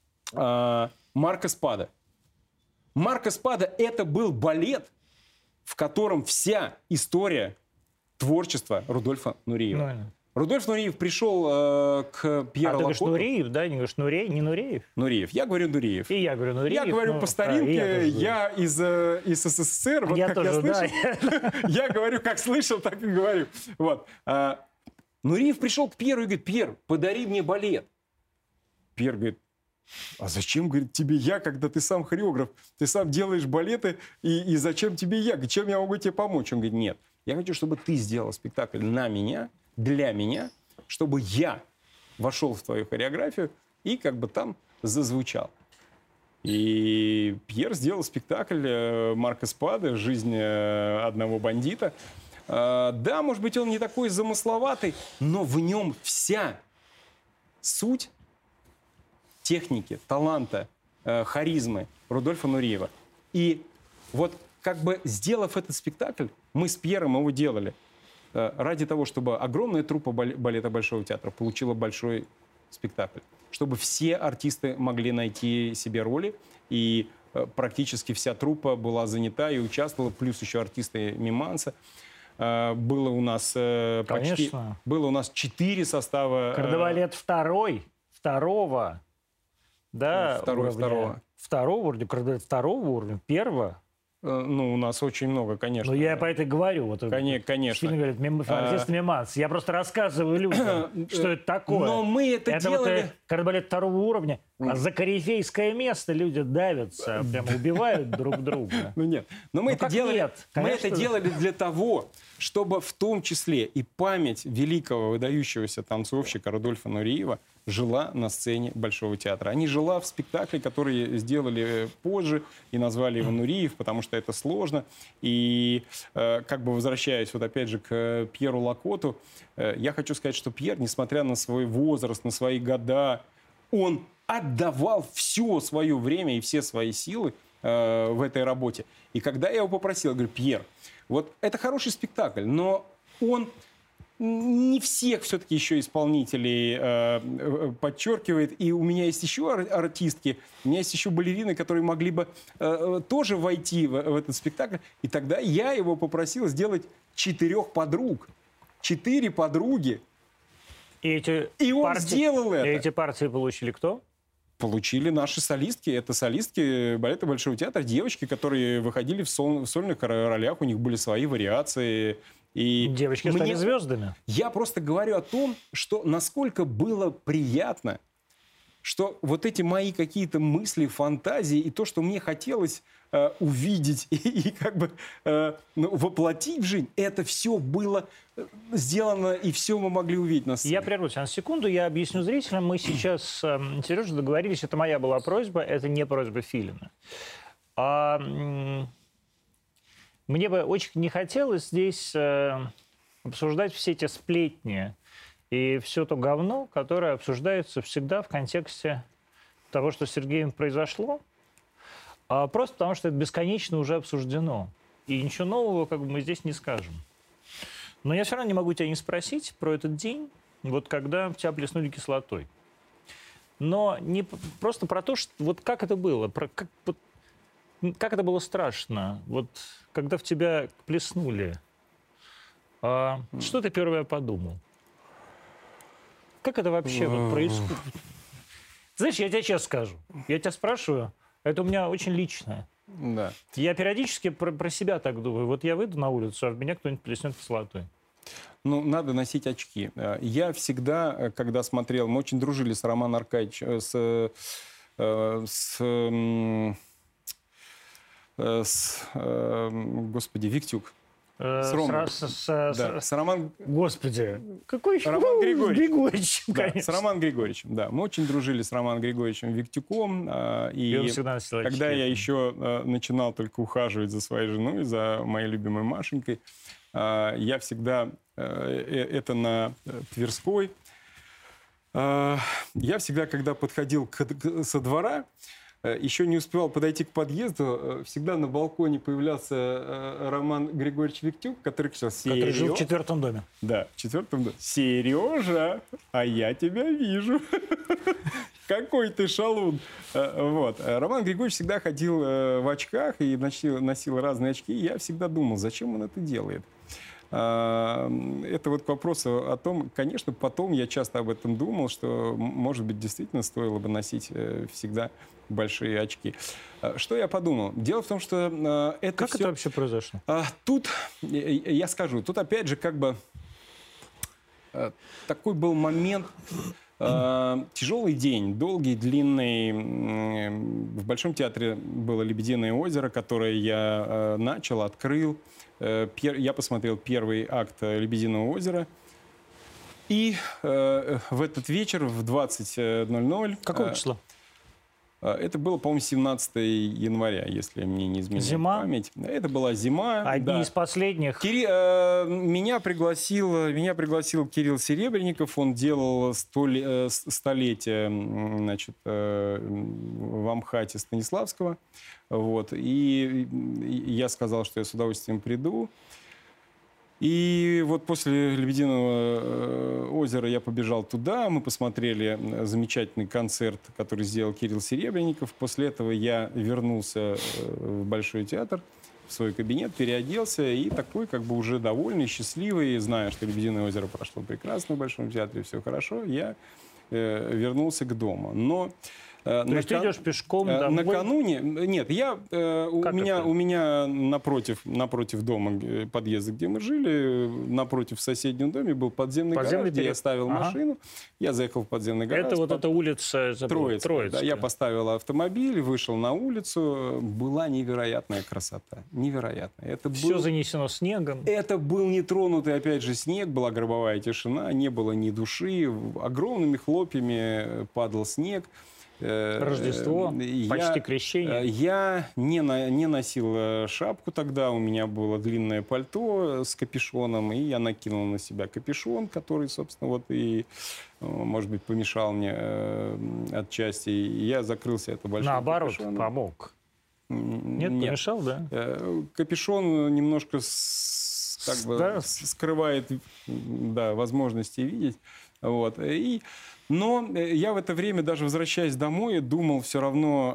Марко Спада. Марко Спада — это был балет, в котором вся история творчества Рудольфа Нуриева. Правильно. Рудольф Нуриев пришел к Пьеру Лакоту. Ты говоришь Нуриев, да? Не говоришь Нуреев? Не Нуреев? Нуриев. Я говорю Нуриев. И я говорю Нуриев. Я говорю по старинке, я из СССР. Вот я как тоже, я слышал. Я говорю, как слышал, так и говорю. Вот. Нуриев пришел к Пьеру и говорит: Пьер, подари мне балет. Пьер говорит: а зачем, говорит, тебе я, когда ты сам хореограф, ты сам делаешь балеты, и зачем тебе я? Чем я могу тебе помочь? Он говорит: нет, я хочу, чтобы ты сделал спектакль на меня, для меня, чтобы я вошел в твою хореографию и как бы там зазвучал. И Пьер сделал спектакль Марко Спады «Жизнь одного бандита». Да, может быть, он не такой замысловатый, но в нем вся суть техники, таланта, харизмы Рудольфа Нуриева. И вот как бы сделав этот спектакль, мы с Пьером его делали ради того, чтобы огромная труппа балета Большого театра получила большой спектакль, чтобы все артисты могли найти себе роли, и практически вся труппа была занята и участвовала, плюс еще артисты миманса. Было у нас почти... Было у нас 4 состава. Кардебалет второго. Да, Второго уровня. Второго уровня, кардебалет второго уровня, первого. Ну, у нас очень много, конечно. Ну, я по это говорю. Вот, Конечно. Сильно говорят, артист мимация. Я просто рассказываю людям, что это такое. Но мы это делали... Вот, когда болят второго уровня, а за корифейское место люди давятся, прямо убивают друг друга. Ну нет. Но мы это делали. Нет? Мы это делали для того, чтобы в том числе и память великого выдающегося танцовщика Рудольфа Нуриева жила на сцене Большого театра. Они жила в спектакле, который сделали позже и назвали его Нуриев, потому что это сложно. И как бы возвращаясь вот опять же к Пьеру Лакоту, я хочу сказать, что Пьер, несмотря на свой возраст, на свои года, он отдавал все свое время и все свои силы в этой работе. И когда я его попросил, я говорю: Пьер, вот это хороший спектакль, но он не всех все-таки еще исполнителей подчеркивает. И у меня есть еще артистки, у меня есть еще балерины, которые могли бы тоже войти в этот спектакль. И тогда я его попросил сделать 4 подруг. 4 подруги. И он сделал это. И эти партии получили кто? Получили наши солистки. Это солистки балета Большого театра, девочки, которые выходили в сольных ролях, у них были свои вариации. И девочки стали звездами. Я просто говорю о том, что насколько было приятно, что вот эти мои какие-то мысли, фантазии и то, что мне хотелось увидеть и как бы воплотить в жизнь, это все было сделано, и все мы могли увидеть на сцене. Я прервусь на секунду, я объясню зрителям. Мы сейчас с Сережей договорились, это моя была просьба, это не просьба Филина. Мне бы очень не хотелось здесь обсуждать все эти сплетни и все то говно, которое обсуждается всегда в контексте того, что с Сергеем произошло, просто потому что это бесконечно уже обсуждено. И ничего нового как бы мы здесь не скажем. Но я все равно не могу тебя не спросить про этот день, вот когда тебя плеснули кислотой. Но не просто про то, что, вот как это было, как это было страшно, вот когда в тебя плеснули. Что ты первое подумал? Как это вообще вот происходит? Знаешь, я тебе честно скажу. Я тебя спрашиваю, это у меня очень личное. Да. Я периодически про себя так думаю. Вот я выйду на улицу, а в меня кто-нибудь плеснет кислотой. Ну, надо носить очки. Я всегда, когда смотрел, мы очень дружили с Романом Аркадьевичем, господи, Виктюк. С Романом... Господи, какой еще? Роман Григорьевичем, да, конечно. с Романом Григорьевичем, да. Мы очень дружили с Романом Григорьевичем Виктюком. И когда я еще начинал только ухаживать за своей женой, за моей любимой Машенькой, я всегда, это на Тверской, я всегда, когда подходил со двора, еще не успевал подойти к подъезду, всегда на балконе появлялся Роман Григорьевич Виктюк, который кричал: «Сережа!» Который жил в 4-м доме. Да, в 4-м доме. «Сережа, а я тебя вижу!» Какой ты шалун! Вот. Роман Григорьевич всегда ходил в очках и носил разные очки. И я всегда думал, зачем он это делает. Это вот к вопросу о том, конечно, потом я часто об этом думал, что, может быть, действительно стоило бы носить всегда большие очки. Что я подумал? Дело в том, что это Как все... это вообще произошло? Тут, я скажу, тут опять же как бы такой был момент... Тяжелый день, долгий, длинный. В Большом театре было «Лебединое озеро», которое я начал, открыл. Я посмотрел первый акт «Лебединого озера». И в этот вечер в 20:00... Какого числа? Это было, по-моему, 17 января, если мне не изменяет память. Это была зима. Одни из последних. Меня пригласил Кирилл Серебренников. Он делал столетие, значит, в Амхате Станиславского. Вот. И я сказал, что я с удовольствием приду. И вот после «Лебединого озера» я побежал туда, мы посмотрели замечательный концерт, который сделал Кирилл Серебренников. После этого я вернулся в Большой театр, в свой кабинет, переоделся и такой как бы уже довольный, счастливый, зная, что «Лебединое озеро» прошло прекрасно в Большом театре, все хорошо, я вернулся к дому. Но То есть ты идешь пешком домой? Накануне... Нет, у Как меня напротив дома, подъезда, где мы жили, напротив в соседнем доме был подземный гараж, где я ставил машину. Я заехал в подземный гараж. Это вот эта улица Троицкая. Да, я поставил автомобиль, вышел на улицу. Была невероятная красота. Невероятная. Все занесено снегом. Это был нетронутый, опять же, снег, была гробовая тишина, не было ни души. Огромными хлопьями падал снег. Рождество, почти крещение. Я не носил шапку тогда, у меня было длинное пальто с капюшоном, и я накинул на себя капюшон, который, собственно, вот и, может быть, помешал мне отчасти. И я закрылся это большим Наоборот, капюшоном. помог. Нет, помешал, да? Капюшон немножко скрывает, да, возможности видеть. Вот. Но я в это время, даже возвращаясь домой, думал все равно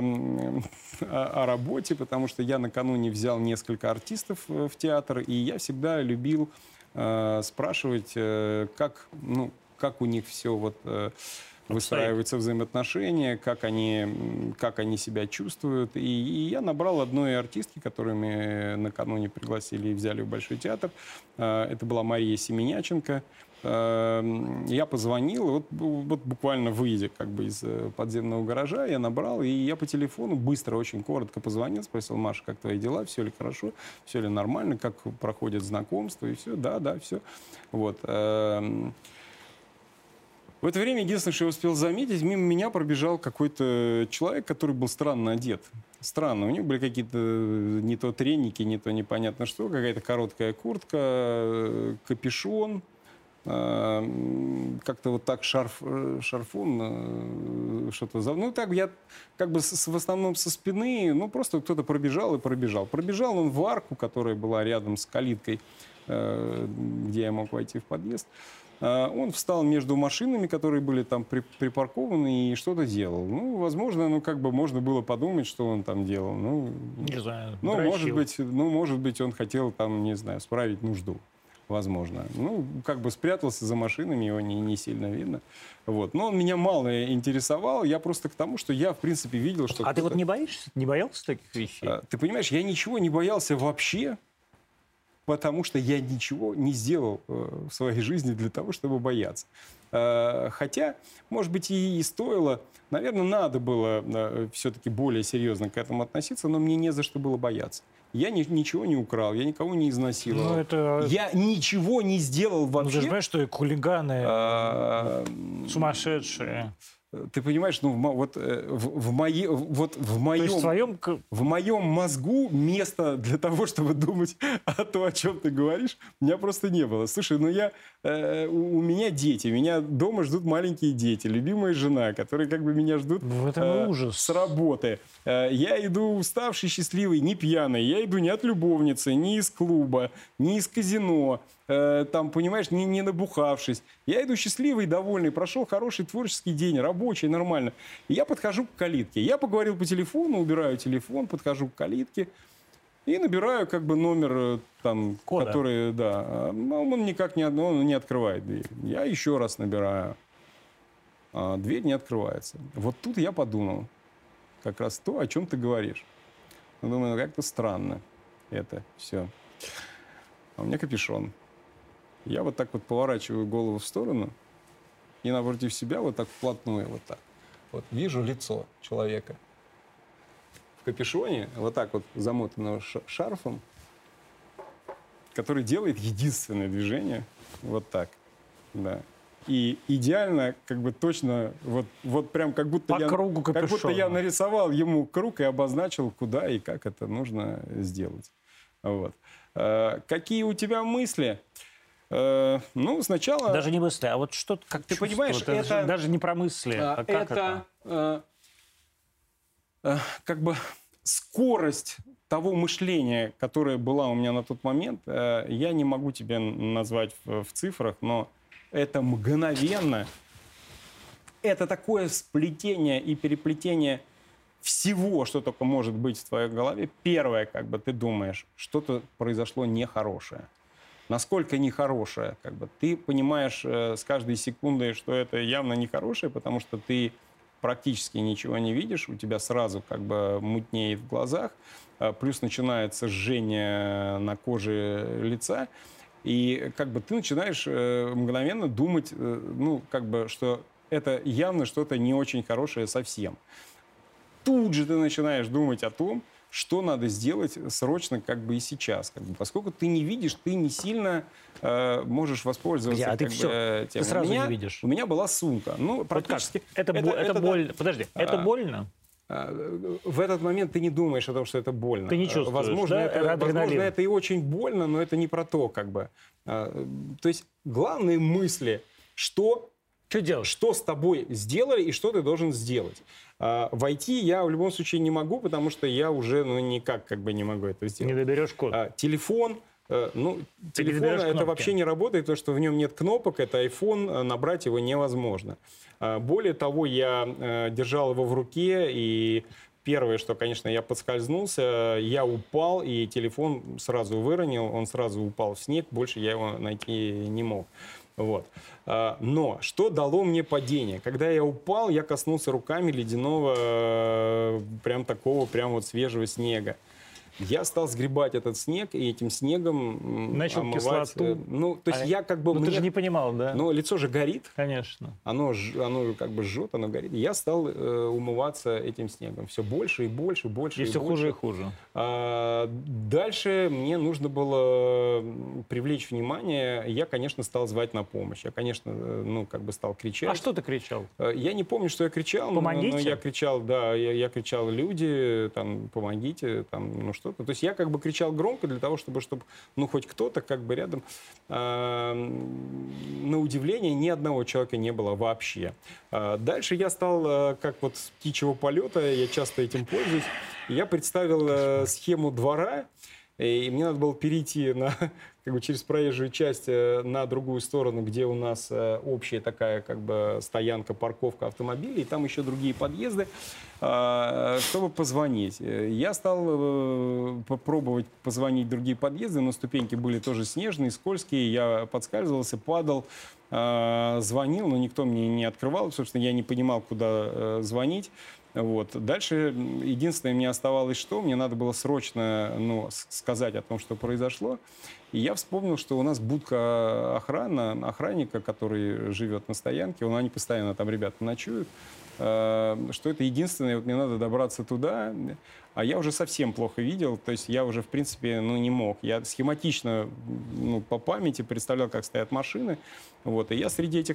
о работе, потому что я накануне взял несколько артистов в театр, и я всегда любил спрашивать, как у них все вот выстраиваются взаимоотношения, как они себя чувствуют. И я набрал одной артистки, которую мы накануне пригласили и взяли в Большой театр. Это была Мария Семеняченко. Я позвонил, вот буквально выйдя как бы из подземного гаража, я набрал, и я по телефону быстро, очень коротко позвонил, спросил: Маша, как твои дела, все ли хорошо, все ли нормально, как проходит знакомство, и все, да, все. Вот. В это время единственное, что я успел заметить, мимо меня пробежал какой-то человек, который был странно одет. Странно, у него были какие-то не то треники, не то непонятно что, какая-то короткая куртка, капюшон. Как-то вот так шарфон что-то... Ну, так я как бы в основном со спины, просто кто-то пробежал и пробежал. Пробежал он в арку, которая была рядом с калиткой, где я мог войти в подъезд. Он встал между машинами, которые были там припаркованы, и что-то делал. Возможно, можно было подумать, что он там делал. Не знаю, может быть, он хотел там, не знаю, справить нужду. Возможно. Спрятался за машинами, его не сильно видно. Вот. Но он меня мало интересовал. Я просто к тому, что я, в принципе, видел, что... А ты вот не боишься? Не боялся таких вещей? Ты понимаешь, я ничего не боялся вообще, потому что я ничего не сделал в своей жизни для того, чтобы бояться. Хотя, может быть, и стоило... Наверное, надо было все-таки более серьезно к этому относиться, но мне не за что было бояться. Я ничего не украл, я никого не изнасиловал. Я ничего не сделал вообще. Ты же понимаешь, что и хулиганы сумасшедшие. Ты понимаешь, в моем мозгу места для того, чтобы думать о том, о чем ты говоришь, у меня просто не было. Слушай, у меня дети, меня дома ждут маленькие дети, любимая жена, которые как бы меня ждут с работы. Я иду уставший, счастливый, не пьяный. Я иду не от любовницы, не из клуба, не из казино. Там, понимаешь, не набухавшись. Я иду счастливый, довольный, прошел хороший творческий день, рабочий, нормально. И я подхожу к калитке. Я поговорил по телефону, убираю телефон, подхожу к калитке и набираю как бы номер, там, который, да, он никак не открывает дверь. Я еще раз набираю. Дверь не открывается. Вот тут я подумал, как раз то, о чем ты говоришь. Думаю, как-то странно это все. А у меня капюшон. Я вот так вот поворачиваю голову в сторону и напротив себя вот так вплотную вот так. Вот вижу лицо человека в капюшоне, вот так вот замотанного шарфом, который делает единственное движение вот так, да. И идеально, как бы точно, вот прям как будто я нарисовал ему круг и обозначил, куда и как это нужно сделать. Вот. Какие у тебя мысли? Сначала... Даже не мысли, а вот что-то как ты понимаешь, это даже не про мысли. А как это? Как бы скорость того мышления, которое была у меня на тот момент, я не могу тебе назвать в цифрах, но это мгновенно. Это такое сплетение и переплетение всего, что только может быть в твоей голове. Первое, как бы ты думаешь, что-то произошло нехорошее. Насколько нехорошее, как бы ты понимаешь с каждой секундой, что это явно нехорошее, потому что ты практически ничего не видишь, у тебя сразу как бы мутнеет в глазах, плюс начинается жжение на коже лица, и как бы ты начинаешь мгновенно думать, ну, как бы, что это явно что-то не очень хорошее совсем. Тут же ты начинаешь думать о том, что надо сделать срочно, как бы и сейчас. Как бы, поскольку ты не видишь, ты не сильно можешь воспользоваться А ты как все, бы, тем. ты сразу не видишь. У меня была сумка. Ну, Вот практически... как? Это больно. Подожди, это больно? В этот момент ты не думаешь о том, что это больно. Ты не чувствуешь, возможно, да? возможно, это и очень больно, но это не про то, как бы. То есть главные мысли, что делать? Что с тобой сделали и что ты должен сделать. Войти я в любом случае не могу, потому что я уже никак как бы не могу это сделать. Не доберешь код. Телефон, телефон это вообще не работает, потому что в нем нет кнопок, это iPhone, набрать его невозможно. Более того, я держал его в руке, и первое, что, конечно, я подскользнулся, я упал, и телефон сразу выронил, он сразу упал в снег, больше я его найти не мог. Вот. Но что дало мне падение? Когда я упал, я коснулся руками ледяного, прям такого, прям вот свежего снега. Я стал сгребать этот снег, и этим снегом начал омывать. Кислоту. Ну, то есть я как бы... ты же не понимал, да? Но лицо же горит. Конечно. Оно как бы жжет, оно горит. Я стал умываться этим снегом. Все больше и больше, больше и все больше. хуже и хуже. Дальше мне нужно было привлечь внимание. Я, конечно, стал звать на помощь. Я, конечно, как бы стал кричать. А что ты кричал? Я не помню, что я кричал. Помогите? Но я кричал, да, я кричал: люди, там, помогите, там, что-то. То есть я как бы кричал громко для того, чтобы хоть кто-то как бы рядом. На удивление, ни одного человека не было вообще. Дальше я стал, как вот с птичьего полета, я часто этим пользуюсь, я представил схему двора, и мне надо было перейти как бы через проезжую часть на другую сторону, где у нас общая такая как бы стоянка, парковка автомобилей, и там еще другие подъезды, чтобы позвонить. Я стал попробовать позвонить в другие подъезды, но ступеньки были тоже снежные, скользкие, я подскальзывался, падал, звонил, но никто мне не открывал, собственно, я не понимал, куда звонить. Вот. Дальше единственное мне оставалось, что мне надо было срочно сказать о том, что произошло. И я вспомнил, что у нас будка охранника, который живет на стоянке, они постоянно там, ребята, ночуют, что это единственное, вот мне надо добраться туда, а я уже совсем плохо видел, то есть я уже, в принципе, не мог. Я схематично, по памяти представлял, как стоят машины, вот, и я среди этих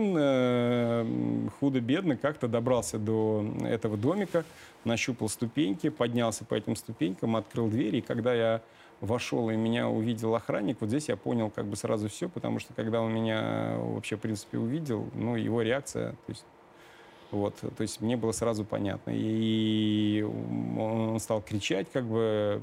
машин худо-бедно как-то добрался до этого домика, нащупал ступеньки, поднялся по этим ступенькам, открыл дверь, и когда я вошел и меня увидел охранник, вот здесь я понял как бы сразу все, потому что когда он меня вообще, в принципе, увидел, его реакция, то есть мне было сразу понятно. И он стал кричать, как бы,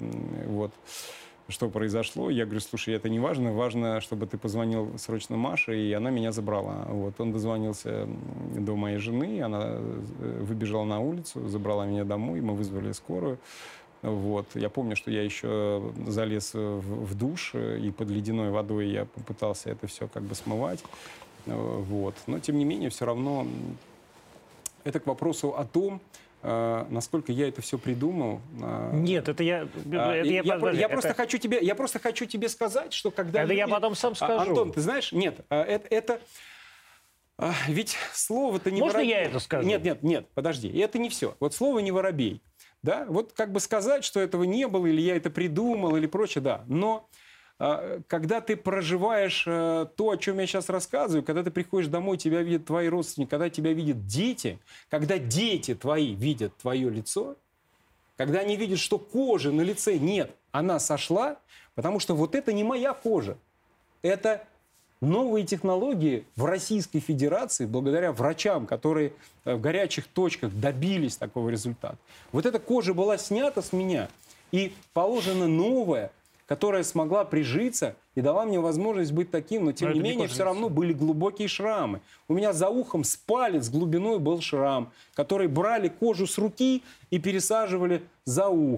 что произошло. Я говорю: слушай, это не важно, важно, чтобы ты позвонил срочно Маше, и она меня забрала. Он дозвонился до моей жены, она выбежала на улицу, забрала меня домой, мы вызвали скорую. Я помню, что я еще залез в душ, и под ледяной водой я попытался это все как бы смывать. Но, тем не менее, все равно это к вопросу о том, насколько я это все придумал. Нет, это я... Я просто хочу тебе сказать, что когда... Это я потом сам скажу. Антон, ты знаешь, нет, это... Ведь слово-то не Можно воробей. я это скажу? Нет, подожди. Это не все. Вот слово не воробей. Да? Вот как бы сказать, что этого не было, или я это придумал, или прочее, да. Но когда ты проживаешь то, о чем я сейчас рассказываю, когда ты приходишь домой, тебя видят твои родственники, когда тебя видят дети, когда дети твои видят твое лицо, когда они видят, что кожи на лице нет, она сошла, потому что вот это не моя кожа. Это новые технологии в Российской Федерации, благодаря врачам, которые в горячих точках добились такого результата. Вот эта кожа была снята с меня, и положена новая, которая смогла прижиться и дала мне возможность быть таким, но тем не менее все равно были глубокие шрамы. У меня за ухом с палец глубиной был шрам, который брали кожу с руки и пересаживали за ухо.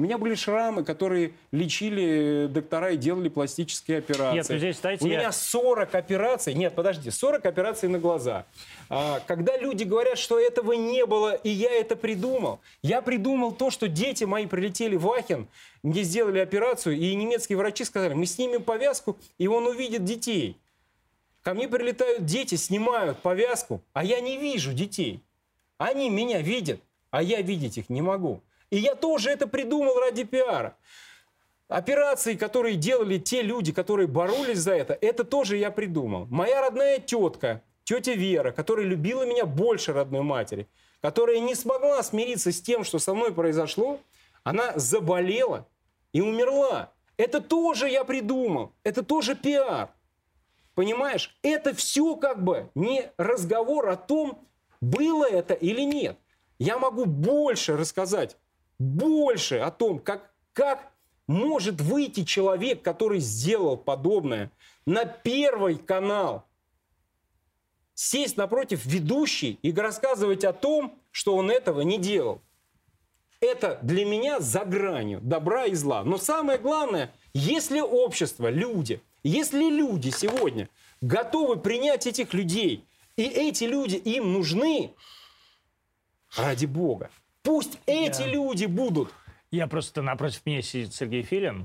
У меня были шрамы, которые лечили доктора и делали пластические операции. Нет, ну здесь, знаете, у меня 40 операций. Нет, подожди, 40 операций на глаза. Когда люди говорят, что этого не было, и я это придумал. Я придумал то, что дети мои прилетели в Ахен, где сделали операцию, и немецкие врачи сказали, мы снимем повязку, и он увидит детей. Ко мне прилетают дети, снимают повязку, а я не вижу детей. Они меня видят, а я видеть их не могу. И я тоже это придумал ради пиара. Операции, которые делали те люди, которые боролись за это тоже я придумал. Моя родная тетка, тетя Вера, которая любила меня больше родной матери, которая не смогла смириться с тем, что со мной произошло, она заболела и умерла. Это тоже я придумал, это тоже пиар. Понимаешь, это все как бы не разговор о том, было это или нет. Я могу больше рассказать, больше о том, как может выйти человек, который сделал подобное, на Первый канал, сесть напротив ведущей и рассказывать о том, что он этого не делал. Это для меня за гранью добра и зла. Но самое главное, если общество, если люди сегодня готовы принять этих людей, и эти люди им нужны, ради Бога, пусть эти люди будут. Я просто напротив меня сидит Сергей Филин,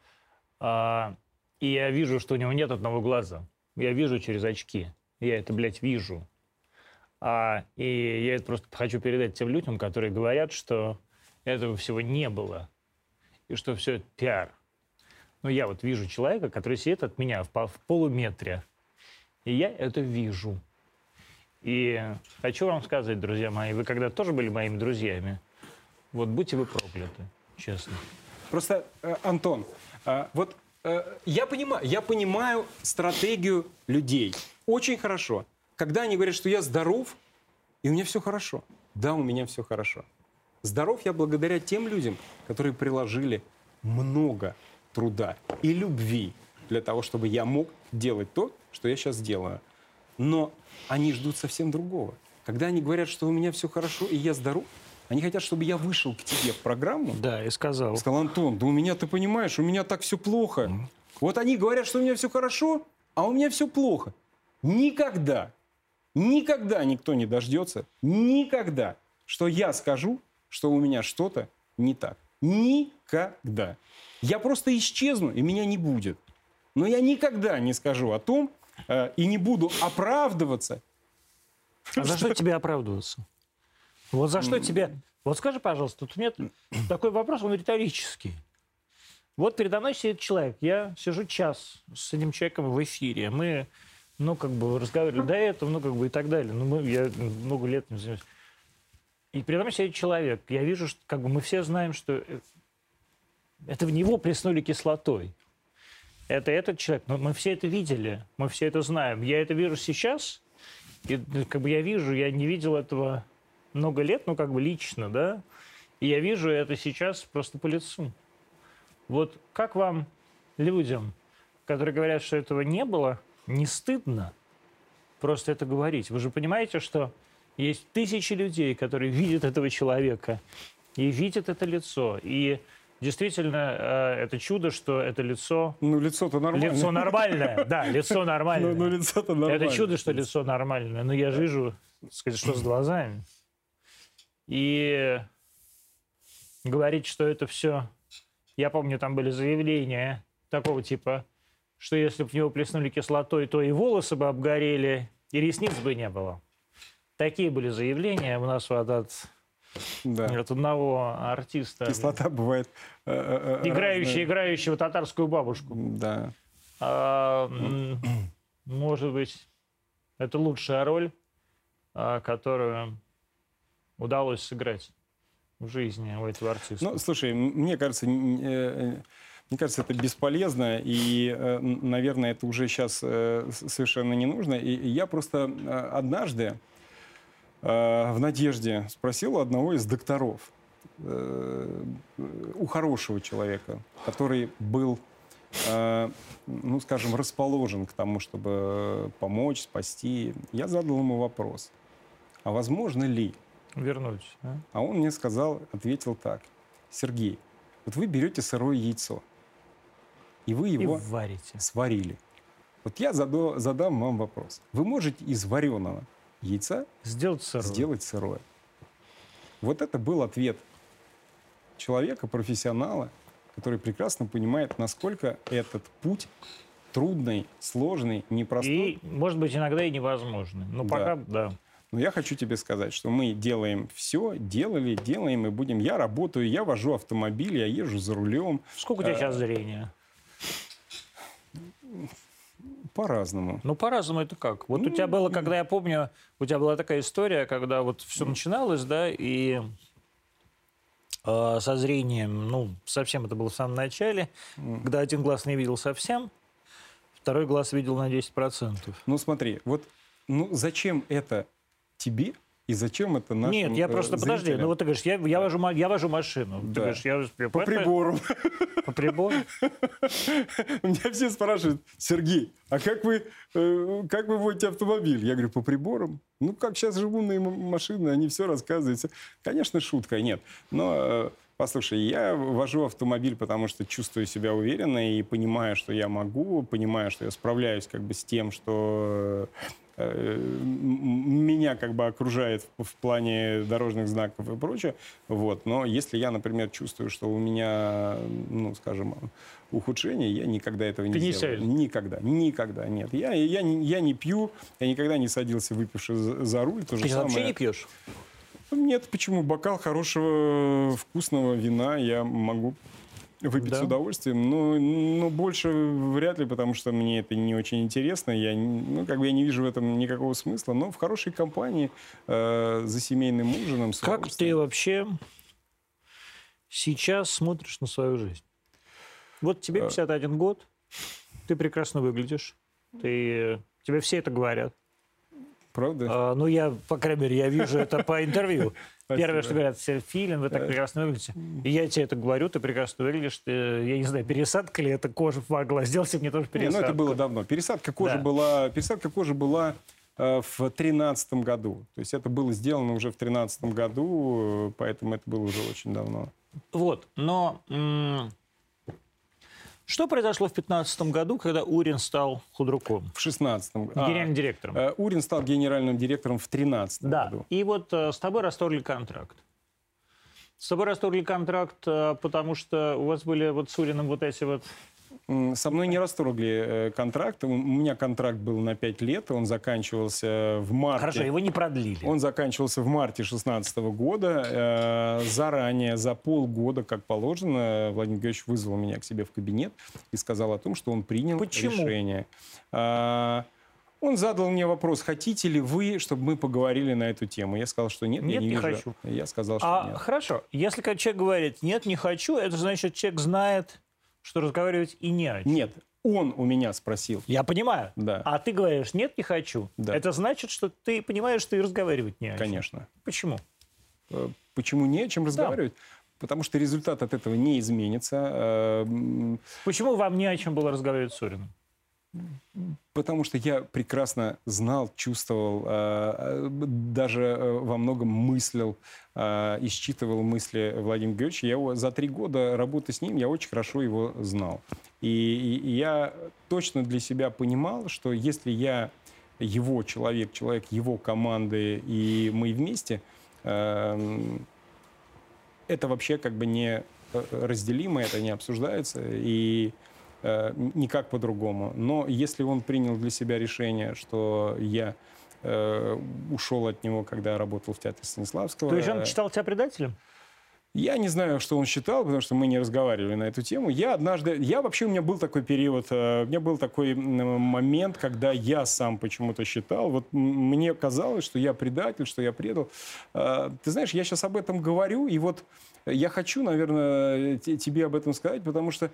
и я вижу, что у него нет одного глаза. Я вижу через очки. Я это, блядь, вижу. И я это просто хочу передать тем людям, которые говорят, что этого всего не было. И что все это пиар. Но я вот вижу человека, который сидит от меня в полуметре. И я это вижу. И хочу вам сказать, друзья мои, вы когда тоже были моими друзьями, вот будьте вы прокляты, честно. Просто, Антон, я понимаю стратегию людей. Очень хорошо. Когда они говорят, что я здоров, и у меня все хорошо. Да, у меня все хорошо. Здоров я благодаря тем людям, которые приложили много труда и любви для того, чтобы я мог делать то, что я сейчас делаю. Но они ждут совсем другого. Когда они говорят, что у меня все хорошо и я здоров, они хотят, чтобы я вышел к тебе в программу. Да, и сказал. Сказал: Антон, да у меня, ты понимаешь, у меня так все плохо. Вот они говорят, что у меня все хорошо, а у меня все плохо. Никогда никто не дождется, никогда, что я скажу, что у меня что-то не так. Никогда. Я просто исчезну, и меня не будет. Но я никогда не скажу о том и не буду оправдываться. А за что тебе оправдываться? Вот за что тебе... Вот скажи, пожалуйста, тут у меня такой вопрос, он риторический. Вот передо мной сидит человек, я сижу час с этим человеком в эфире, мы, разговаривали до этого, и так далее. Я много лет не занимаюсь. И передо мной сидит человек, я вижу, что мы все знаем, что это в него плеснули кислотой. Это этот человек, но мы все это видели, мы все это знаем. Я это вижу сейчас, и я не видел этого много лет, лично, да, и я вижу это сейчас просто по лицу. Вот как вам, людям, которые говорят, что этого не было, не стыдно просто это говорить? Вы же понимаете, что есть тысячи людей, которые видят этого человека и видят это лицо, и действительно, это чудо, что это лицо... лицо-то нормальное. Лицо нормальное, да, лицо нормальное. Лицо-то нормальное. Это чудо, что лицо нормальное. Но я же вижу, что с глазами. И говорить, что это все... Я помню, там были заявления такого типа, что если бы в него плеснули кислотой, то и волосы бы обгорели, и ресниц бы не было. Такие были заявления у нас от одного артиста. Кислота бывает... Играющего татарскую бабушку. Да. Может быть, это лучшая роль, которую удалось сыграть в жизни у этого артиста. Слушай, мне кажется, это бесполезно, и, наверное, это уже сейчас совершенно не нужно. И я просто однажды в «Надежде» спросил у одного из докторов, у хорошего человека, который был, расположен к тому, чтобы помочь, спасти. Я задал ему вопрос: а возможно ли вернуть? А он мне ответил так: Сергей, Вот вы берете сырое яйцо, и вы его варите. сварили. Вот я задам вам вопрос. Вы можете из вареного яйца сделать сырое? Вот это был ответ человека, профессионала, который прекрасно понимает, насколько этот путь трудный, сложный, непростой. И, может быть, иногда и невозможный. Но пока, да. Но я хочу тебе сказать, что мы делаем все, делаем и будем. Я работаю, я вожу автомобиль, я езжу за рулем. Сколько у тебя сейчас зрения? По-разному. Ну, по-разному это как? Вот у тебя было, когда я помню, у тебя была такая история, когда вот все начиналось, да, и со зрением, ну, совсем это было в самом начале, когда один глаз не видел совсем, второй глаз видел на 10%. Ну, смотри, вот зачем это тебе и зачем это нашим Нет, я просто, подожди, ну вот ты говоришь, я вожу машину. Да. Ты говоришь, по приборам. По приборам? Меня все спрашивают: Сергей, а как вы водите автомобиль? Я говорю, по приборам. Ну, как сейчас же умные машины, они все рассказывают. Конечно, шутка, нет. Но, послушай, я вожу автомобиль, потому что чувствую себя уверенно и понимаю, что я могу, понимаю, что я справляюсь как бы с тем, что меня как бы окружает в плане дорожных знаков и прочее. Вот. Но если я, например, чувствую, что у меня, ну, скажем, ухудшение, я никогда этого не сделаю. Никогда, нет. Я не пью, я никогда не садился выпивший за руль. Ты вообще не пьешь? Нет, почему? Бокал хорошего вкусного вина я могу выпить с удовольствием, но больше вряд ли, потому что мне это не очень интересно. Я не вижу в этом никакого смысла. Но в хорошей компании, за семейным ужином... Как ты вообще сейчас смотришь на свою жизнь? Вот тебе 51 год, ты прекрасно выглядишь, тебе все это говорят. Правда? Ну, я, по крайней мере, я вижу это по интервью. Первое, что говорят, Филин, вы так прекрасно выглядите. И я тебе это говорю, ты прекрасно выглядишь. Я не знаю, пересадка ли это кожа могла. Сделайте мне тоже пересадку. Ну, это было давно. Пересадка кожи была в 2013 году. То есть это было сделано уже в 2013 году, поэтому это было уже очень давно. Вот, но... Что произошло в 2015 году, когда Урин стал худруком? В 2016 году. Генеральным директором. Урин стал генеральным директором в 2013 году. И вот с тобой расторгли контракт. С тобой расторгли контракт, потому что у вас были вот с Уриным вот эти вот... Со мной не расторгли контракт. У меня контракт был на 5 лет. Он заканчивался в марте. Хорошо, его не продлили. Он заканчивался в марте 2016 года. Заранее, за полгода, как положено, Владимир Георгиевич вызвал меня к себе в кабинет и сказал о том, что он принял решение. Он задал мне вопрос: хотите ли вы, чтобы мы поговорили на эту тему? Я сказал, что нет, я не вижу. Хочу. Я сказал, что нет. Хорошо. Если человек говорит «нет, не хочу», это значит, человек знает, что разговаривать и не о чем. Нет, он у меня спросил. Я понимаю. Да. А ты говоришь «нет, не хочу». Да. Это значит, что ты понимаешь, что и разговаривать не о чем. Конечно. Почему? Почему не о чем разговаривать? Потому что результат от этого не изменится. Почему вам не о чем было разговаривать с Уриным? Потому что я прекрасно знал, чувствовал, даже во многом мыслил, и считывал мысли Владимира Георгиевича. За 3 года работы с ним я очень хорошо его знал. И я точно для себя понимал, что если я его человек его команды, и мы вместе, это вообще как бы не разделимо, это не обсуждается. И никак по-другому. Но если он принял для себя решение, что я ушел от него, когда работал в театре Станиславского... То есть он считал тебя предателем? Я не знаю, что он считал, потому что мы не разговаривали на эту тему. У меня был такой период, у меня был такой момент, когда я сам почему-то считал, вот мне казалось, что я предатель, что я предал. Ты знаешь, я сейчас об этом говорю, и вот я хочу, наверное, тебе об этом сказать, потому что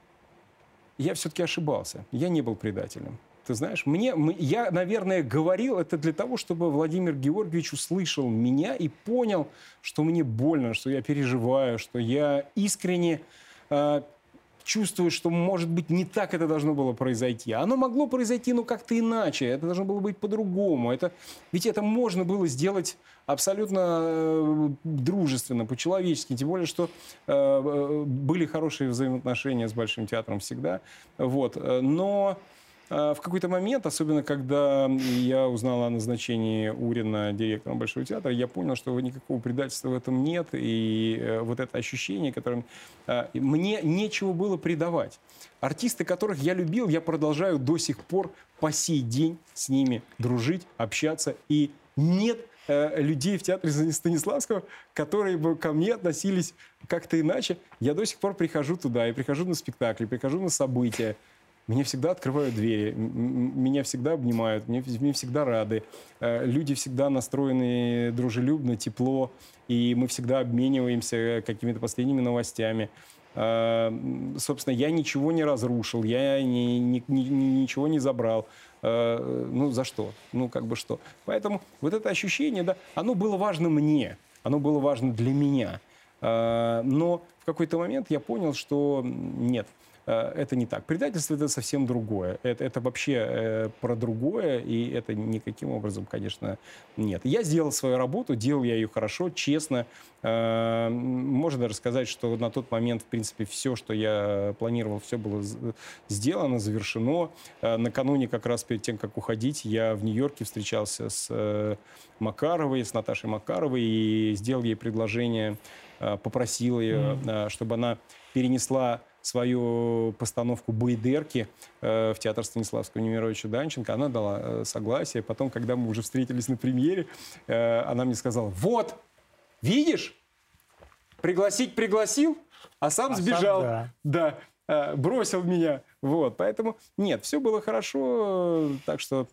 я все-таки ошибался. Я не был предателем. Ты знаешь, я, наверное, говорил это для того, чтобы Владимир Георгиевич услышал меня и понял, что мне больно, что я переживаю, что я искренне чувствуешь, что, может быть, не так это должно было произойти. Оно могло произойти, но как-то иначе. Это должно было быть по-другому. Ведь это можно было сделать абсолютно дружественно, по-человечески. Тем более, что были хорошие взаимоотношения с Большим театром всегда. Вот. Но в какой-то момент, особенно когда я узнал о назначении Урина директором Большого театра, я понял, что никакого предательства в этом нет. И вот это ощущение, которое мне нечего было предавать. Артисты, которых я любил, я продолжаю до сих пор по сей день с ними дружить, общаться. И нет людей в театре Станиславского, которые бы ко мне относились как-то иначе. Я до сих пор прихожу туда, и прихожу на спектакли, прихожу на события. Мне всегда открывают двери, меня всегда обнимают, мне всегда рады. Люди всегда настроены дружелюбно, тепло, и мы всегда обмениваемся какими-то последними новостями. Собственно, я ничего не разрушил, я ничего не забрал. Ну, за что? Ну, как бы что. Поэтому вот это ощущение, да, оно было важно мне, оно было важно для меня. Но в какой-то момент я понял, что нет. Это не так. Предательство — это совсем другое. Это вообще про другое, и это никаким образом, конечно, нет. Я сделал свою работу, делал я ее хорошо, честно. Можно даже сказать, что на тот момент, в принципе, все, что я планировал, все было сделано, завершено. Накануне, как раз перед тем, как уходить, я в Нью-Йорке встречался с Макаровой, с Наташей Макаровой, и сделал ей предложение, попросил ее, чтобы она перенесла свою постановку «Байдерки» в театр Станиславского Немировича Данченко. Она дала согласие. Потом, когда мы уже встретились на премьере, она мне сказала: вот, видишь, пригласить пригласил, а сам сбежал. Сам, да. Бросил меня. Вот. Поэтому нет, все было хорошо. Так что...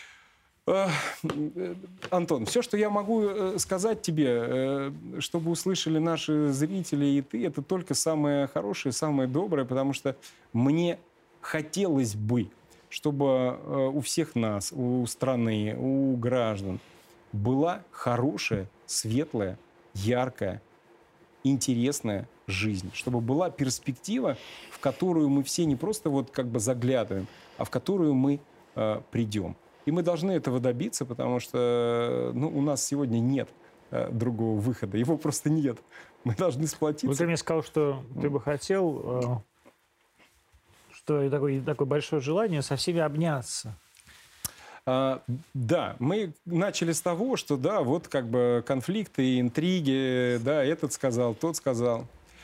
Антон, все, что я могу сказать тебе, чтобы услышали наши зрители и ты, это только самое хорошее, самое доброе, потому что мне хотелось бы, чтобы у всех нас, у страны, у граждан была хорошая, светлая, яркая, интересная жизнь, чтобы была перспектива, в которую мы все не просто вот как бы заглядываем, а в которую мы придем. И мы должны этого добиться, потому что у нас сегодня нет другого выхода. Его просто нет. Мы должны сплотиться. Вот ты мне сказал, что ты бы хотел, что такое большое желание со всеми обняться. Да, мы начали с того, что да, вот как бы конфликты, интриги, да, этот сказал, тот сказал.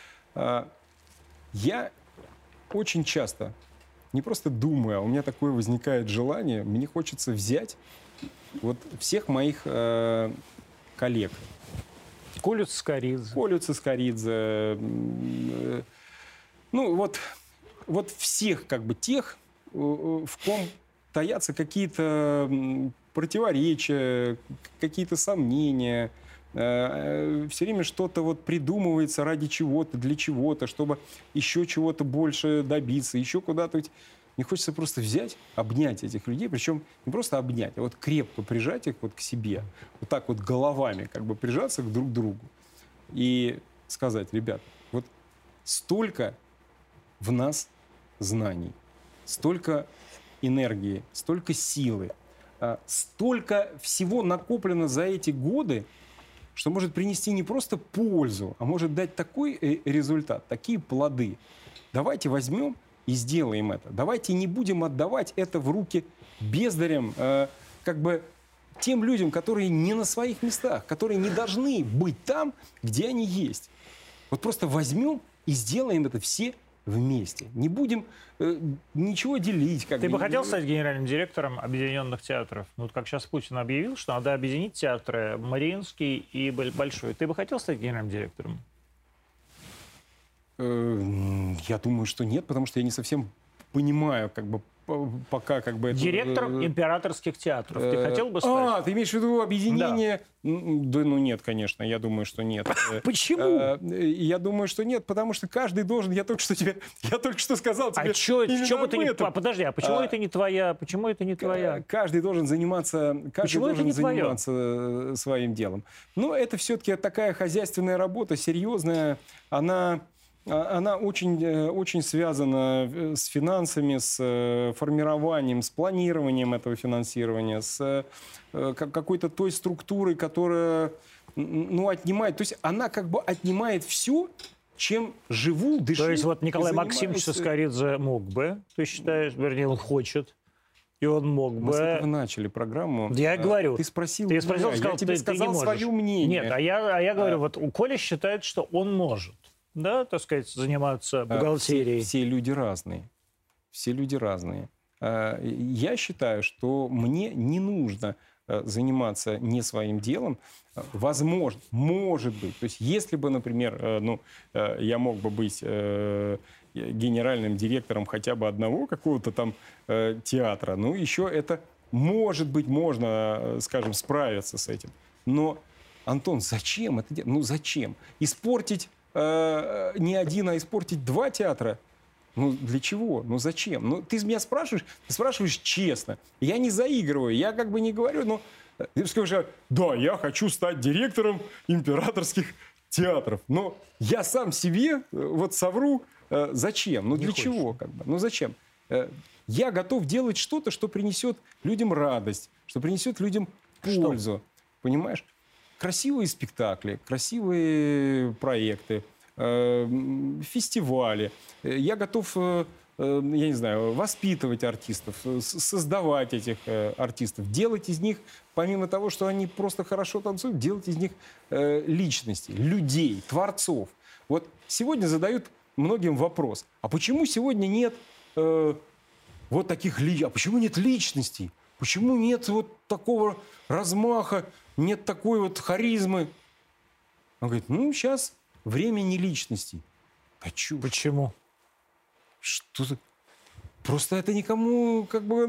Я очень часто... не просто думаю, а у меня такое возникает желание, мне хочется взять вот всех моих коллег. Колю Цискоридзе. Колю Цискоридзе. Ну, вот всех как бы тех, в ком таятся какие-то противоречия, какие-то сомнения. Все время что-то вот придумывается ради чего-то, для чего-то, чтобы еще чего-то больше добиться, еще куда-то. Мне хочется просто взять, обнять этих людей, причем не просто обнять, а вот крепко прижать их вот к себе, вот так вот головами как бы прижаться друг к другу и сказать: ребята, вот столько в нас знаний, столько энергии, столько силы, столько всего накоплено за эти годы, что может принести не просто пользу, а может дать такой результат, такие плоды. Давайте возьмем и сделаем это. Давайте не будем отдавать это в руки бездарям, как бы тем людям, которые не на своих местах, которые не должны быть там, где они есть. Вот просто возьмем и сделаем это все вместе. Не будем ничего делить. Ты бы хотел стать генеральным директором объединенных театров? Ну, вот как сейчас Путин объявил, что надо объединить театры Мариинский и Большой. Ты бы хотел стать генеральным директором? Я думаю, что нет, потому что я не совсем понимаю, как бы, пока как бы... Директор императорских театров. Ты хотел бы стать? Ты имеешь в виду объединение? Да, нет, конечно, я думаю, что нет. Почему? Я думаю, что нет, потому что каждый должен... Я только что сказал тебе... Подожди, а почему это не твоя? Почему это не твоя? Каждый должен заниматься... своим делом. Но это все-таки такая хозяйственная работа, серьезная. Она она очень связана с финансами, с формированием, с планированием этого финансирования, с какой-то той структурой, которая отнимает. То есть она как бы отнимает все, чем живу, дышу. То есть вот Николай Максимович Соскоридзе мог бы, ты считаешь, вернее, он хочет, и он мог бы... Мы с этого начали программу. Я говорю. Ты спросил, сказал, я тебе сказал свое мнение. Нет, я говорю, вот Коля считает, что он может, да, так сказать, заниматься бухгалтерией. Все люди разные. Все люди разные. Я считаю, что мне не нужно заниматься не своим делом. Возможно, может быть. То есть если бы, например, я мог бы быть генеральным директором хотя бы одного какого-то там театра, еще это, может быть, можно, скажем, справиться с этим. Но, Антон, зачем это делать? Зачем? Испортить не один, а испортить 2 театра? Для чего? Зачем? Ты меня спрашиваешь честно. Я не заигрываю, я как бы не говорю, ты скажешь, да, я хочу стать директором императорских театров. Но я сам себе совру, зачем? Для чего? Как бы? Зачем? Я готов делать что-то, что принесет людям радость, что принесет людям пользу. Понимаешь? Красивые спектакли, красивые проекты, фестивали. Я готов, я не знаю, воспитывать артистов, создавать этих артистов, делать из них, помимо того, что они просто хорошо танцуют, делать из них личности, людей, творцов. Вот сегодня задают многим вопрос, а почему сегодня нет вот таких личностей, а почему нет личностей? Почему нет вот такого размаха, нет такой вот харизмы? Он говорит, сейчас время не личностей. А чё? Почему? Что-то... Просто это никому,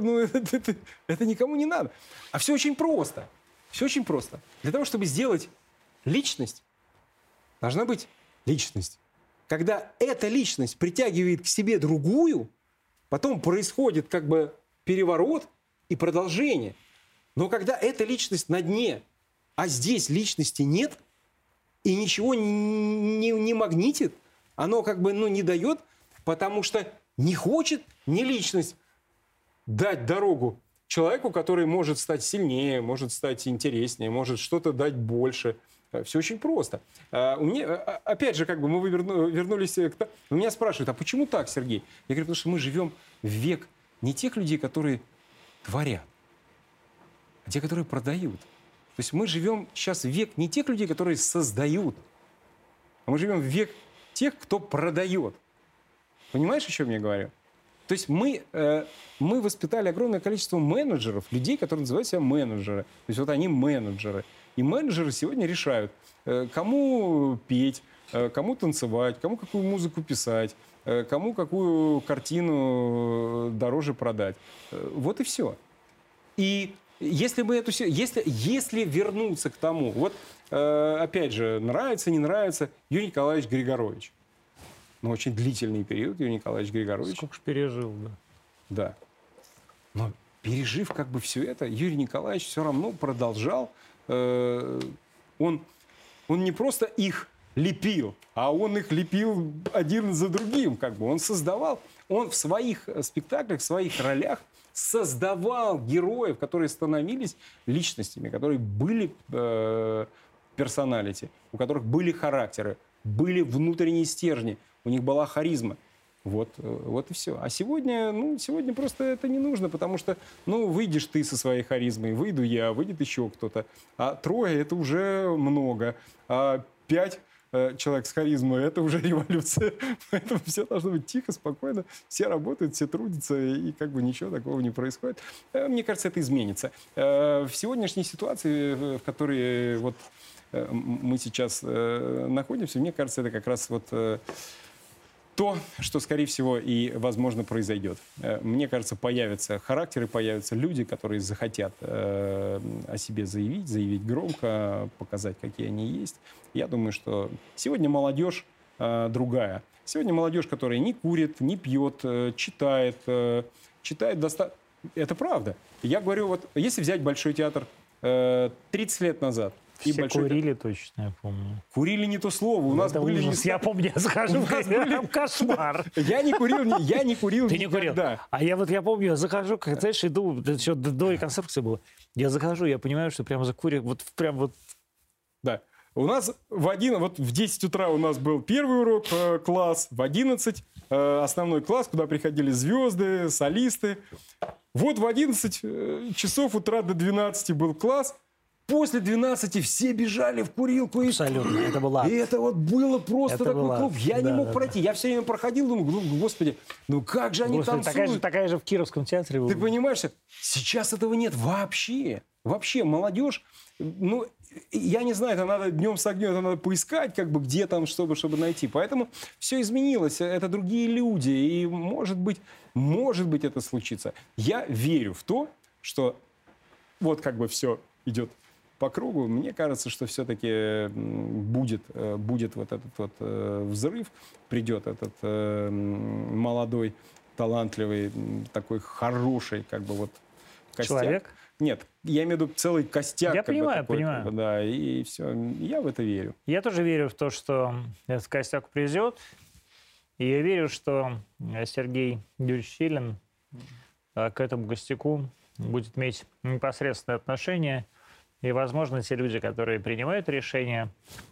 это никому не надо. А все очень просто. Все очень просто. Для того, чтобы сделать личность, должна быть личность. Когда эта личность притягивает к себе другую, потом происходит как бы переворот и продолжение. Но когда эта личность на дне, а здесь личности нет, и ничего не магнитит, оно как бы не дает, потому что не хочет не личность дать дорогу человеку, который может стать сильнее, может стать интереснее, может что-то дать больше. Все очень просто. Опять же, как бы мы вернулись к... Меня спрашивают, а почему так, Сергей? Я говорю, потому что мы живем в век не тех людей, которые творят, а те, которые продают. То есть мы живем сейчас в век не тех людей, которые создают, а мы живем в век тех, кто продает. Понимаешь, о чем я говорю? То есть мы воспитали огромное количество менеджеров, людей, которые называют себя менеджеры. То есть вот они менеджеры. И менеджеры сегодня решают, кому петь, кому танцевать, кому какую музыку писать, кому какую картину дороже продать. Вот и все. И если вернуться к тому, вот опять же, нравится, не нравится, Юрий Николаевич Григорович. Очень длительный период Юрий Николаевич Григорович. Сколько ж пережил, да. Да. Но пережив как бы все это, Юрий Николаевич все равно продолжал. Он не просто их лепил, а он их лепил один за другим. Как бы. Он создавал, он в своих спектаклях, в своих ролях создавал героев, которые становились личностями, которые были персоналити, у которых были характеры, были внутренние стержни, у них была харизма. Вот и все. А сегодня просто это не нужно, потому что, выйдешь ты со своей харизмой, выйду я, выйдет еще кто-то. А 3 это уже много. А 5 человек с харизмой, это уже революция. Поэтому все должно быть тихо, спокойно. Все работают, все трудятся, и как бы ничего такого не происходит. Мне кажется, это изменится. В сегодняшней ситуации, в которой вот мы сейчас находимся, мне кажется, это как раз вот то, что, скорее всего, и, возможно, произойдет. Мне кажется, появятся характеры, появятся люди, которые захотят о себе заявить громко, показать, какие они есть. Я думаю, что сегодня молодежь другая. Сегодня молодежь, которая не курит, не пьет, читает достаточно... Это правда. Я говорю, вот если взять Большой театр 30 лет назад, и Все большой... курили точно, я помню. Курили не то слово. У нас Это были ужас. места- Я помню, я захожу, кошмар. Я не курил Ты не курил? никогда. А я я захожу, как, знаешь, иду, это еще до реконструкции было. Я захожу, я понимаю, что прямо закурил, вот Да. У нас в 10 утра у нас был первый урок, класс, в 11 основной класс, куда приходили звезды, солисты. Вот в 11 часов утра до 12 был класс. После 12 все бежали в курилку. абсолютно, это было. И это вот было просто Это такой было. клуб. Я не Да, мог да, пройти. Я все время проходил, думаю, ну, господи, ну как же они Господи, танцуют. такая же в Кировском театре была. Ты понимаешь, сейчас этого нет вообще. Вообще, молодежь, ну, я не знаю, это надо днем с огнем, это надо поискать, как бы, где там, чтобы найти. Поэтому все изменилось, это другие люди, и, может быть, это случится. Я верю в то, что вот как бы все идет по кругу. Мне кажется, что все-таки будет вот этот вот взрыв, придет этот молодой, талантливый, такой хороший, как бы вот костяк. Человек? Нет, я имею в виду целый костяк. Я как бы понимаю, такой, понимаю. как бы, да, и все. Я в это верю. Я тоже верю в то, что этот костяк придет. И я верю, что Сергей Юрьевич Силин к этому костяку будет иметь непосредственное отношение. И, возможно, те люди, которые принимают решения,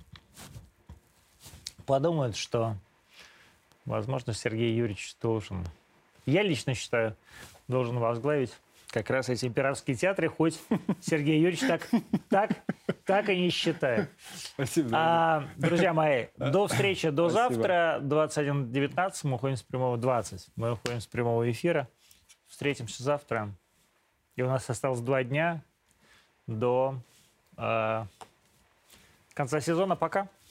подумают, что, возможно, Сергей Юрьевич должен, я лично считаю, должен возглавить как раз эти императорские театры, хоть Сергей Юрьевич так и не считает. Спасибо. Друзья мои, до встречи, до Спасибо. завтра, 21:19, мы уходим с прямого 20. Мы уходим с прямого эфира. Встретимся завтра. И у нас осталось 2 дня до конца сезона. Пока.